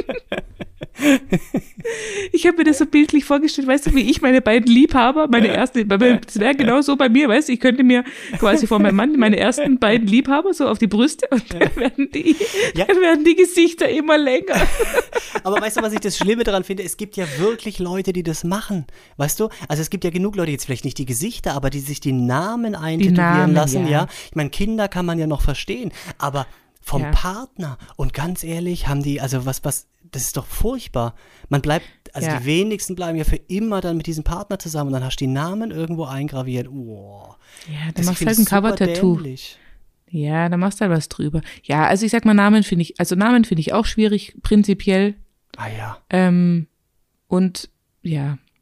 Speaker 3: Ich habe mir das so bildlich vorgestellt, weißt du, wie ich meine beiden Liebhaber, meine ersten, das wäre genau so bei mir, weißt du, ich könnte mir quasi vor meinem Mann meine ersten beiden Liebhaber so auf die Brüste und dann werden die,
Speaker 2: Ja.
Speaker 3: dann werden die Gesichter immer länger.
Speaker 2: Aber weißt du, was ich das Schlimme daran finde? Es gibt ja wirklich Leute, die das machen. Weißt du? Also es gibt ja genug Leute, jetzt vielleicht nicht die Gesichter, aber die sich die Namen eintätowieren
Speaker 3: Namen,
Speaker 2: lassen, ja.
Speaker 3: ja.
Speaker 2: Ich meine, Kinder kann man ja noch verstehen, aber vom
Speaker 3: Ja.
Speaker 2: Partner und ganz ehrlich, haben die, also was, was, das ist doch furchtbar. Man bleibt, also
Speaker 3: Ja.
Speaker 2: die wenigsten bleiben ja für immer dann mit diesem Partner zusammen und dann hast du die Namen irgendwo eingraviert. Oh.
Speaker 3: Ja, dann
Speaker 2: Das- ich
Speaker 3: machst du
Speaker 2: find
Speaker 3: halt ein
Speaker 2: das super
Speaker 3: Cover-Tattoo.
Speaker 2: dämlich.
Speaker 3: Ja, da machst du halt was drüber. Ja, also ich sag mal, Namen finde ich, also Namen finde ich auch schwierig, prinzipiell.
Speaker 2: Ah ja.
Speaker 3: Ähm, und ja,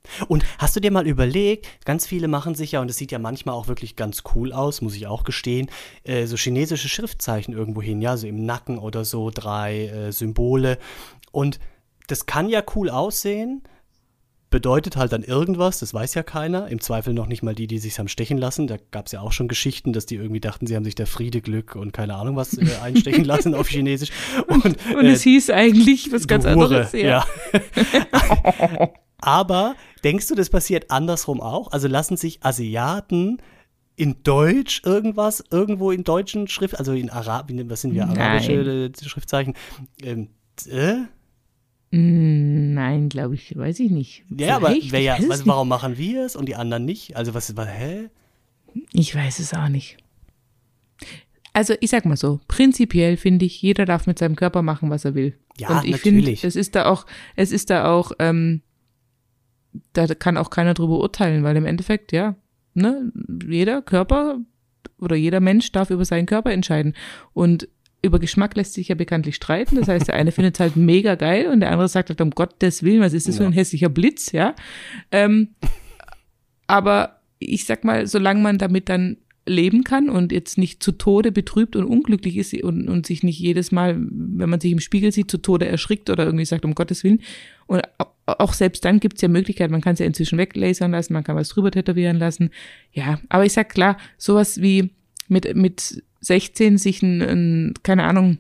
Speaker 2: Und hast du dir mal überlegt, ganz viele machen sich ja, und es sieht ja manchmal auch wirklich ganz cool aus, muss ich auch gestehen, äh, so chinesische Schriftzeichen irgendwo hin, ja, so im Nacken oder so, drei äh, Symbole. Und das kann ja cool aussehen, bedeutet halt dann irgendwas, das weiß ja keiner, im Zweifel noch nicht mal die, die sich haben stechen lassen. Da gab es ja auch schon Geschichten, dass die irgendwie dachten, sie haben sich der Friede, Glück und keine Ahnung was äh, einstechen lassen auf Chinesisch. Und,
Speaker 3: und äh, es hieß eigentlich was ganz
Speaker 2: Hure,
Speaker 3: anderes. Ja.
Speaker 2: ja. Aber denkst du, das passiert andersrum auch? Also lassen sich Asiaten in Deutsch irgendwas, irgendwo in deutschen Schrift, also in Arab, was sind wir, arabische äh, Schriftzeichen, ähm, äh?
Speaker 3: Nein, glaube ich, weiß ich nicht.
Speaker 2: Ja, aber
Speaker 3: Vielleicht?
Speaker 2: wer ja,
Speaker 3: Ich weiß
Speaker 2: was,
Speaker 3: es
Speaker 2: warum machen wir es und die anderen nicht? Also was, was hä?
Speaker 3: nicht. Ich weiß es auch nicht. Also ich sag mal so, prinzipiell finde ich, jeder darf mit seinem Körper machen, was er will.
Speaker 2: Ja,
Speaker 3: und ich
Speaker 2: natürlich.
Speaker 3: finde, es ist da auch, es ist da auch, ähm, da kann auch keiner drüber urteilen, weil im Endeffekt, ja, ne, jeder Körper oder jeder Mensch darf über seinen Körper entscheiden. Und über Geschmack lässt sich ja bekanntlich streiten. Das heißt, der eine findet es halt mega geil und der andere sagt halt, um Gottes Willen, was ist das
Speaker 2: Ja.
Speaker 3: für ein hässlicher Blitz, ja. Ähm, aber ich sag mal, solange man damit dann leben kann und jetzt nicht zu Tode betrübt und unglücklich ist und, und sich nicht jedes Mal, wenn man sich im Spiegel sieht, zu Tode erschrickt oder irgendwie sagt, um Gottes Willen. Und auch selbst dann gibt's ja Möglichkeiten, man kann es ja inzwischen weglasern lassen, man kann was drüber tätowieren lassen. Ja, aber ich sag klar, sowas wie mit, mit sechzehn sich ein, ein keine Ahnung,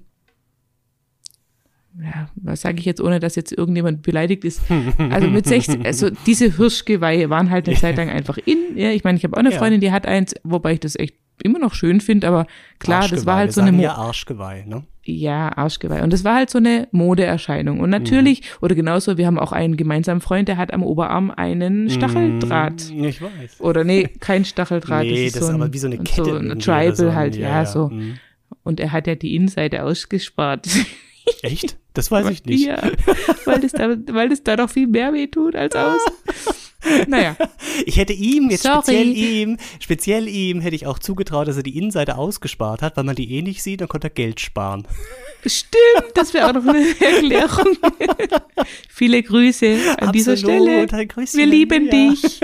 Speaker 3: ja, was sage ich jetzt, ohne dass jetzt irgendjemand beleidigt ist. Also mit sechzehn, also diese Hirschgeweihe waren halt eine Zeit lang einfach in. Ja, ich meine, ich habe auch eine
Speaker 2: Ja.
Speaker 3: Freundin, die hat eins, wobei ich das echt immer noch schön finde, aber klar, das
Speaker 2: Arschgeweih,
Speaker 3: war halt
Speaker 2: wir
Speaker 3: so eine
Speaker 2: sagen
Speaker 3: Mo-
Speaker 2: ja Arschgeweih, ne?
Speaker 3: ja, Arschgeweih. Und das war halt so eine Modeerscheinung. Und natürlich, oder genauso, wir haben auch einen gemeinsamen Freund, der hat am Oberarm einen Stacheldraht.
Speaker 2: Mm, ich weiß.
Speaker 3: Oder nee, kein Stacheldraht.
Speaker 2: Nee,
Speaker 3: das ist
Speaker 2: das
Speaker 3: so
Speaker 2: ist
Speaker 3: ein,
Speaker 2: aber wie so eine
Speaker 3: so
Speaker 2: Kette
Speaker 3: ein
Speaker 2: irgendwie
Speaker 3: Tribal
Speaker 2: oder so.
Speaker 3: halt, ja,
Speaker 2: Ja, ja.
Speaker 3: so.
Speaker 2: Mhm.
Speaker 3: Und er hat ja die Innenseite ausgespart.
Speaker 2: Echt? Das weiß ich nicht.
Speaker 3: Ja, weil das da, weil das da doch viel mehr weh tut als außen. Naja.
Speaker 2: Ich hätte ihm, jetzt
Speaker 3: Sorry.
Speaker 2: speziell ihm, speziell ihm hätte ich auch zugetraut, dass er die Innenseite ausgespart hat, weil man die eh nicht sieht, dann konnte er Geld sparen.
Speaker 3: Stimmt, das wäre auch noch eine Erklärung. Viele Grüße an dieser
Speaker 2: Absolut,
Speaker 3: Stelle.
Speaker 2: ein Grüßchen,
Speaker 3: Wir lieben
Speaker 2: ja.
Speaker 3: dich.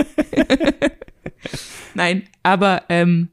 Speaker 3: Nein, aber ähm,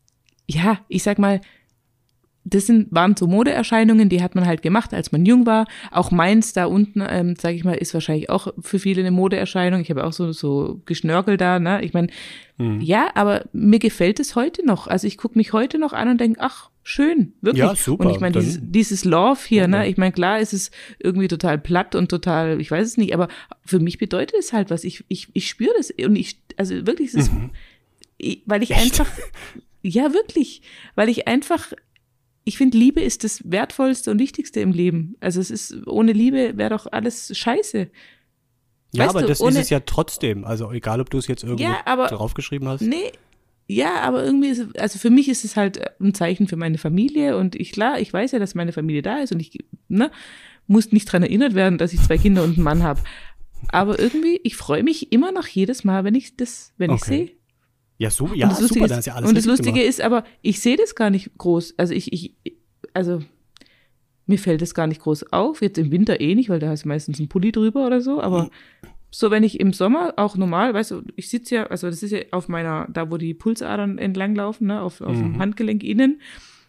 Speaker 3: ja, ich sag mal, das sind, waren so Modeerscheinungen, die hat man halt gemacht, als man jung war. Auch meins da unten, ähm, sag ich mal, ist wahrscheinlich auch für viele eine Modeerscheinung. Ich habe auch so so Geschnörkel da, ne? Ich meine,
Speaker 2: Hm.
Speaker 3: ja, aber mir gefällt es heute noch. Also ich gucke mich heute noch an und denke, ach, schön, wirklich.
Speaker 2: Ja, super,
Speaker 3: Und ich meine,
Speaker 2: dann-
Speaker 3: dieses, dieses Love hier,
Speaker 2: Ja.
Speaker 3: ne? Ich meine, klar ist es irgendwie total platt und total, ich weiß es nicht, aber für mich bedeutet es halt was. Ich, ich, ich spüre das und ich, also wirklich, es ist, ich, weil ich
Speaker 2: Mhm. Echt?
Speaker 3: einfach, ja, wirklich, weil ich einfach, ich finde, Liebe ist das Wertvollste und Wichtigste im Leben. Also es ist, ohne Liebe wäre doch alles scheiße.
Speaker 2: Ja,
Speaker 3: Weißt
Speaker 2: aber
Speaker 3: du,
Speaker 2: das
Speaker 3: ohne-
Speaker 2: ist es ja trotzdem. Also egal, ob du es jetzt irgendwo
Speaker 3: Ja, aber-
Speaker 2: draufgeschrieben hast.
Speaker 3: Nee, ja, aber irgendwie ist es, also für mich ist es halt ein Zeichen für meine Familie und ich, klar, ich weiß ja, dass meine Familie da ist und ich, ne, muss nicht dran erinnert werden, dass ich zwei Kinder und einen Mann habe. Aber irgendwie, ich freue mich immer noch jedes Mal, wenn ich das, wenn ich
Speaker 2: Okay.
Speaker 3: sehe.
Speaker 2: Ja, so,
Speaker 3: Und
Speaker 2: ja
Speaker 3: das Lustige
Speaker 2: super,
Speaker 3: ist,
Speaker 2: dann ist ja alles
Speaker 3: Und das
Speaker 2: richtig
Speaker 3: Lustige
Speaker 2: gemacht.
Speaker 3: ist aber, ich sehe das gar nicht groß. Also ich, ich, also mir fällt das gar nicht groß auf. Jetzt im Winter eh nicht, weil da ist meistens ein Pulli drüber oder so. Aber so, wenn ich im Sommer auch normal, weißt du, ich sitze ja, also das ist ja auf meiner, da wo die Pulsadern entlanglaufen, ne, auf, auf
Speaker 2: Mhm.
Speaker 3: dem Handgelenk innen.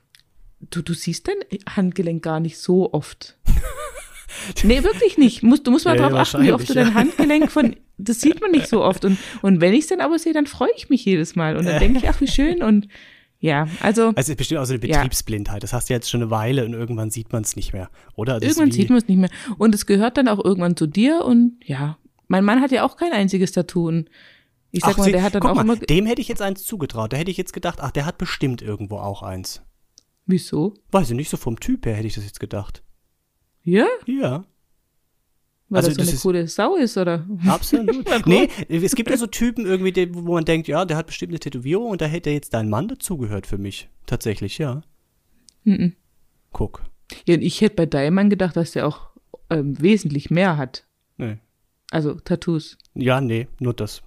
Speaker 3: Du, du siehst dein Handgelenk gar nicht so oft. Nee, wirklich nicht. Musst, du musst mal
Speaker 2: Ja,
Speaker 3: drauf
Speaker 2: ja,
Speaker 3: achten, wie oft du
Speaker 2: wahrscheinlich,
Speaker 3: dein Handgelenk von, das sieht man nicht so oft. Und, und wenn ich es dann aber sehe, dann freue ich mich jedes Mal. Und dann denke ich, ach, wie schön. Und ja, also
Speaker 2: Also es ist bestimmt auch so eine
Speaker 3: Ja.
Speaker 2: Betriebsblindheit. Das hast du jetzt schon eine Weile und irgendwann sieht man es nicht mehr, oder? Das ist
Speaker 3: irgendwann
Speaker 2: wie-
Speaker 3: sieht man es nicht mehr. Und es gehört dann auch irgendwann zu dir. Und ja, mein Mann hat ja auch kein einziges Tattoo. Und ich sag
Speaker 2: Ach,
Speaker 3: mal,
Speaker 2: sie-
Speaker 3: der hat dann
Speaker 2: guck
Speaker 3: auch
Speaker 2: mal,
Speaker 3: immer,
Speaker 2: dem hätte ich jetzt eins zugetraut. Da hätte ich jetzt gedacht, ach, der hat bestimmt irgendwo auch eins.
Speaker 3: wieso?
Speaker 2: Weiß ich nicht, so vom Typ her hätte ich das jetzt gedacht.
Speaker 3: Ja?
Speaker 2: Ja,
Speaker 3: Weil
Speaker 2: Also
Speaker 3: er so
Speaker 2: das
Speaker 3: eine
Speaker 2: ist-
Speaker 3: coole Sau ist, oder?
Speaker 2: absolut. nee, es gibt ja so Typen irgendwie, die, wo man denkt, ja, der hat bestimmt eine Tätowierung und da hätte jetzt dein Mann dazugehört für mich. Tatsächlich, ja.
Speaker 3: Mhm.
Speaker 2: Guck.
Speaker 3: Ja, und ich hätte bei deinem Mann gedacht, dass der auch ähm, wesentlich mehr hat.
Speaker 2: Nee.
Speaker 3: Also Tattoos.
Speaker 2: Ja, nee, nur das.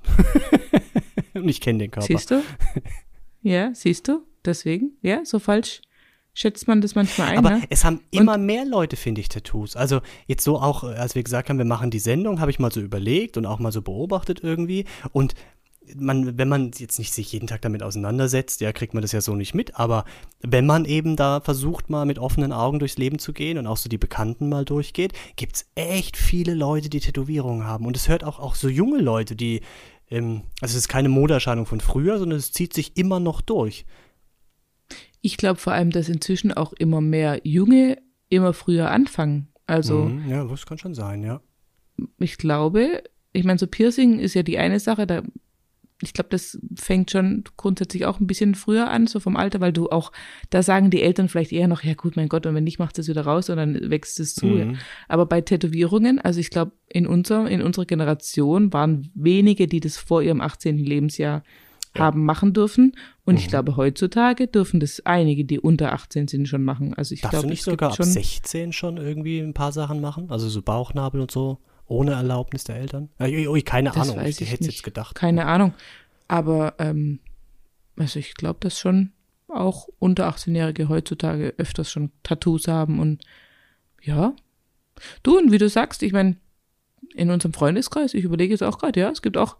Speaker 2: Und ich kenne den Körper.
Speaker 3: Siehst du? Ja, siehst du? Deswegen, ja, so falsch schätzt man das manchmal ein.
Speaker 2: Aber
Speaker 3: ne?
Speaker 2: es haben immer und mehr Leute, finde ich, Tattoos. Also jetzt so auch, als wir gesagt haben, wir machen die Sendung, habe ich mal so überlegt und auch mal so beobachtet irgendwie. Und man, wenn man jetzt nicht sich jeden Tag damit auseinandersetzt, ja, kriegt man das ja so nicht mit. Aber wenn man eben da versucht, mal mit offenen Augen durchs Leben zu gehen und auch so die Bekannten mal durchgeht, gibt es echt viele Leute, die Tätowierungen haben. Und es hört auch, auch so junge Leute, die, ähm, also es ist keine Modeerscheinung von früher, sondern es zieht sich immer noch durch.
Speaker 3: Ich glaube vor allem, dass inzwischen auch immer mehr Junge immer früher anfangen. Also
Speaker 2: mhm, ja, das kann schon sein, ja.
Speaker 3: Ich glaube, ich meine, so Piercing ist ja die eine Sache, da ich glaube, das fängt schon grundsätzlich auch ein bisschen früher an, so vom Alter, weil du auch, da sagen die Eltern vielleicht eher noch, ja gut, mein Gott, und wenn nicht, macht es wieder raus und dann wächst es zu.
Speaker 2: Mhm.
Speaker 3: Ja. Aber bei Tätowierungen, also ich glaube, in, unser, in unserer Generation waren wenige, die das vor ihrem achtzehnten Lebensjahr ja. haben machen dürfen. Und mhm. ich glaube, heutzutage dürfen das einige, die unter achtzehn sind, schon machen. Also ich
Speaker 2: Darfst
Speaker 3: glaube,
Speaker 2: du nicht sogar ab schon sechzehn schon irgendwie ein paar Sachen machen? Also so Bauchnabel und so? Ohne Erlaubnis der Eltern? Ui, ui, keine
Speaker 3: das
Speaker 2: Ahnung,
Speaker 3: weiß
Speaker 2: ich
Speaker 3: ich
Speaker 2: hätte
Speaker 3: nicht.
Speaker 2: jetzt gedacht.
Speaker 3: Keine Ahnung. Aber ähm, also ich glaube, dass schon auch unter achtzehnjährige heutzutage öfters schon Tattoos haben. Und ja, du, und wie du sagst, ich meine, in unserem Freundeskreis, ich überlege jetzt auch gerade, ja, es gibt auch,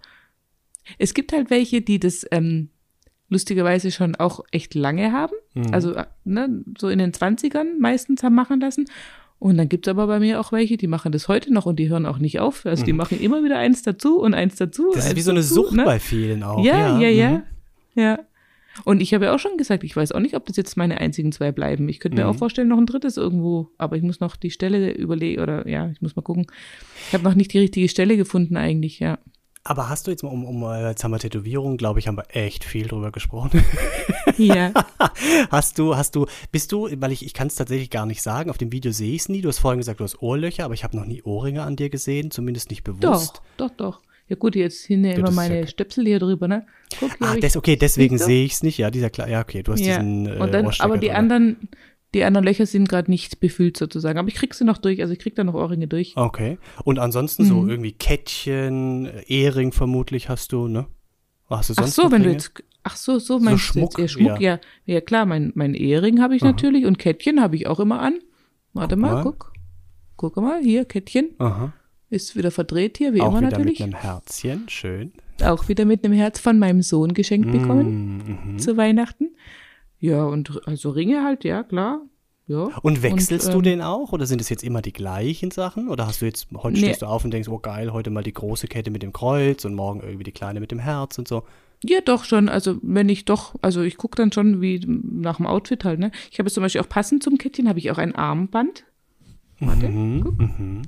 Speaker 3: es gibt halt welche, die das ähm, lustigerweise schon auch echt lange haben. Mhm. Also ne, so in den zwanzigern meistens haben machen lassen. Und dann gibt es aber bei mir auch welche, die machen das heute noch und die hören auch nicht auf. Also die mhm. machen immer wieder eins dazu und eins dazu.
Speaker 2: Das ist wie so eine Sucht ne? bei vielen auch.
Speaker 3: Ja, ja, ja.
Speaker 2: Mhm.
Speaker 3: ja. Und ich habe ja auch schon gesagt, ich weiß auch nicht, ob das jetzt meine einzigen zwei bleiben. Ich könnte mir mhm. auch vorstellen, noch ein drittes irgendwo, aber ich muss noch die Stelle überlegen oder ja, ich muss mal gucken. Ich habe noch nicht die richtige Stelle gefunden eigentlich, ja.
Speaker 2: Aber hast du jetzt mal, um, um jetzt haben wir Tätowierungen, glaube ich, haben wir echt viel drüber gesprochen.
Speaker 3: Ja.
Speaker 2: Hast du, hast du, bist du, weil ich, ich kann es tatsächlich gar nicht sagen, auf dem Video sehe ich es nie, du hast vorhin gesagt, du hast Ohrlöcher, aber ich habe noch nie Ohrringe an dir gesehen, zumindest nicht bewusst.
Speaker 3: Doch, doch, doch. Ja gut, jetzt hin ja, immer meine ja Stöpsel hier drüber, ne?
Speaker 2: Guck, ah, das, okay, deswegen sehe ich es nicht, ja, dieser, ja, okay, du hast ja. diesen äh,
Speaker 3: und dann, aber die drüber. anderen, die anderen Löcher sind gerade nicht befüllt sozusagen, aber ich krieg sie noch durch, also ich krieg da noch Ohrringe durch.
Speaker 2: Okay, und ansonsten mhm. so irgendwie Kettchen, Ehering vermutlich hast du, ne? Hast du sonst
Speaker 3: ach so,
Speaker 2: noch
Speaker 3: wenn
Speaker 2: Ringe?
Speaker 3: du jetzt, ach so, so meinst
Speaker 2: so Schmuck,
Speaker 3: du jetzt, ja, Schmuck, ja. ja, ja klar, mein, mein Ehering habe ich Aha. natürlich und Kettchen habe ich auch immer an. Warte guck mal, mal, guck, guck mal, hier, Kettchen.
Speaker 2: Aha.
Speaker 3: Ist wieder verdreht hier, wie
Speaker 2: auch
Speaker 3: immer
Speaker 2: wieder
Speaker 3: natürlich.
Speaker 2: Mit einem Herzchen, schön.
Speaker 3: Auch wieder mit einem Herz von meinem Sohn geschenkt
Speaker 2: mm,
Speaker 3: bekommen
Speaker 2: mm-hmm.
Speaker 3: zu Weihnachten. Ja, und also Ringe halt, ja, klar. Ja.
Speaker 2: Und wechselst und,
Speaker 3: ähm,
Speaker 2: du den auch? Oder sind es jetzt immer die gleichen Sachen? Oder hast du jetzt, heute
Speaker 3: nee.
Speaker 2: stehst du auf und denkst, oh geil, heute mal die große Kette mit dem Kreuz und morgen irgendwie die kleine mit dem Herz und so?
Speaker 3: Ja, doch schon. Also wenn ich doch, also ich gucke dann schon wie nach dem Outfit halt, ne? Ich habe jetzt zum Beispiel auch passend zum Kettchen, habe ich auch ein Armband. Warte,
Speaker 2: mhm,
Speaker 3: guck.
Speaker 2: Mhm.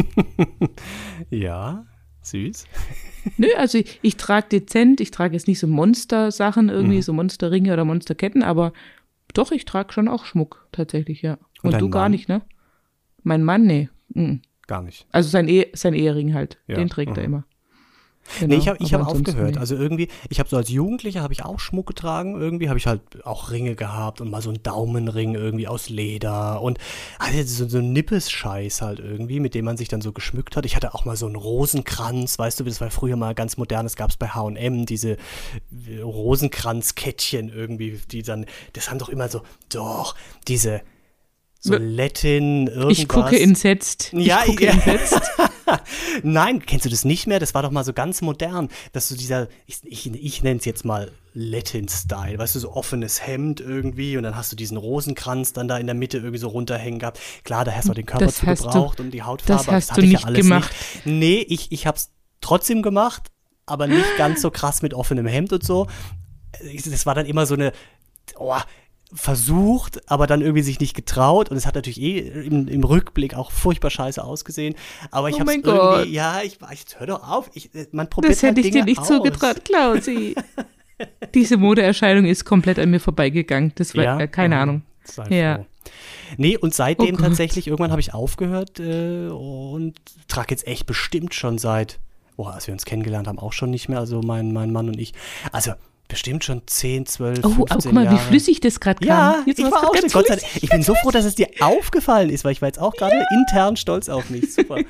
Speaker 2: Ja, süß.
Speaker 3: Nö, also ich, ich trage dezent, ich trage jetzt nicht so Monster-Sachen irgendwie, mhm. so Monsterringe oder Monsterketten, aber doch, ich trage schon auch Schmuck tatsächlich, ja. Und, Und du Mann? Gar nicht, ne? Mein Mann, nee. Mhm.
Speaker 2: Gar nicht.
Speaker 3: Also sein, e- sein Ehering halt,
Speaker 2: ja.
Speaker 3: den trägt mhm. er immer.
Speaker 2: Genau, nee, ich habe ich hab aufgehört.
Speaker 3: Nee.
Speaker 2: Also irgendwie, ich habe so als Jugendlicher habe ich auch Schmuck getragen. Irgendwie habe ich halt auch Ringe gehabt und mal so einen Daumenring irgendwie aus Leder und also so, so ein Nippes-Scheiß halt irgendwie, mit dem man sich dann so geschmückt hat. Ich hatte auch mal so einen Rosenkranz, weißt du, das war früher mal ganz modern, das gab es bei H und M, diese Rosenkranzkettchen irgendwie, die dann, das haben doch immer so, doch, diese so Latin, irgendwas.
Speaker 3: Ich gucke entsetzt. Ich
Speaker 2: ja,
Speaker 3: gucke
Speaker 2: ja.
Speaker 3: entsetzt.
Speaker 2: Nein, kennst du das nicht mehr? Das war doch mal so ganz modern, dass so dieser, ich, ich, ich nenne es jetzt mal Latin-Style, weißt du, so offenes Hemd irgendwie und dann hast du diesen Rosenkranz dann da in der Mitte irgendwie so runterhängen gehabt. Klar, da hast du den Körper
Speaker 3: das
Speaker 2: zu gebraucht
Speaker 3: du,
Speaker 2: und die Hautfarbe.
Speaker 3: Das hast
Speaker 2: das
Speaker 3: du
Speaker 2: nicht
Speaker 3: ja alles gemacht.
Speaker 2: Nicht. Nee, ich, ich hab's trotzdem gemacht, aber nicht ganz so krass mit offenem Hemd und so. Das war dann immer so eine, oh, versucht, aber dann irgendwie sich nicht getraut und es hat natürlich eh im, im Rückblick auch furchtbar scheiße ausgesehen, aber ich
Speaker 3: oh
Speaker 2: hab's
Speaker 3: mein
Speaker 2: irgendwie,
Speaker 3: Gott.
Speaker 2: ja, ich, ich hör doch auf, ich, man probiert
Speaker 3: das hätte
Speaker 2: halt
Speaker 3: ich
Speaker 2: Dinge
Speaker 3: dir nicht
Speaker 2: aus.
Speaker 3: zugetraut, Klausi. Diese Modeerscheinung ist komplett an mir vorbeigegangen, das war,
Speaker 2: ja?
Speaker 3: äh, keine
Speaker 2: mhm.
Speaker 3: Ahnung.
Speaker 2: Sei
Speaker 3: ja.
Speaker 2: froh. Nee, und seitdem
Speaker 3: oh
Speaker 2: tatsächlich, irgendwann habe ich aufgehört äh, und trage jetzt echt bestimmt schon seit, oh, als wir uns kennengelernt haben, auch schon nicht mehr, also mein, mein Mann und ich, also bestimmt schon zehn, zwölf,
Speaker 3: oh,
Speaker 2: fünfzehn
Speaker 3: aber guck mal,
Speaker 2: Jahre.
Speaker 3: wie flüssig das gerade kam.
Speaker 2: Ja,
Speaker 3: Jetzt
Speaker 2: ich war auch schon, Gott sei Dank. Ich bin so froh, dass es dir aufgefallen ist, weil ich war jetzt auch gerade ja. intern stolz auf mich. Super.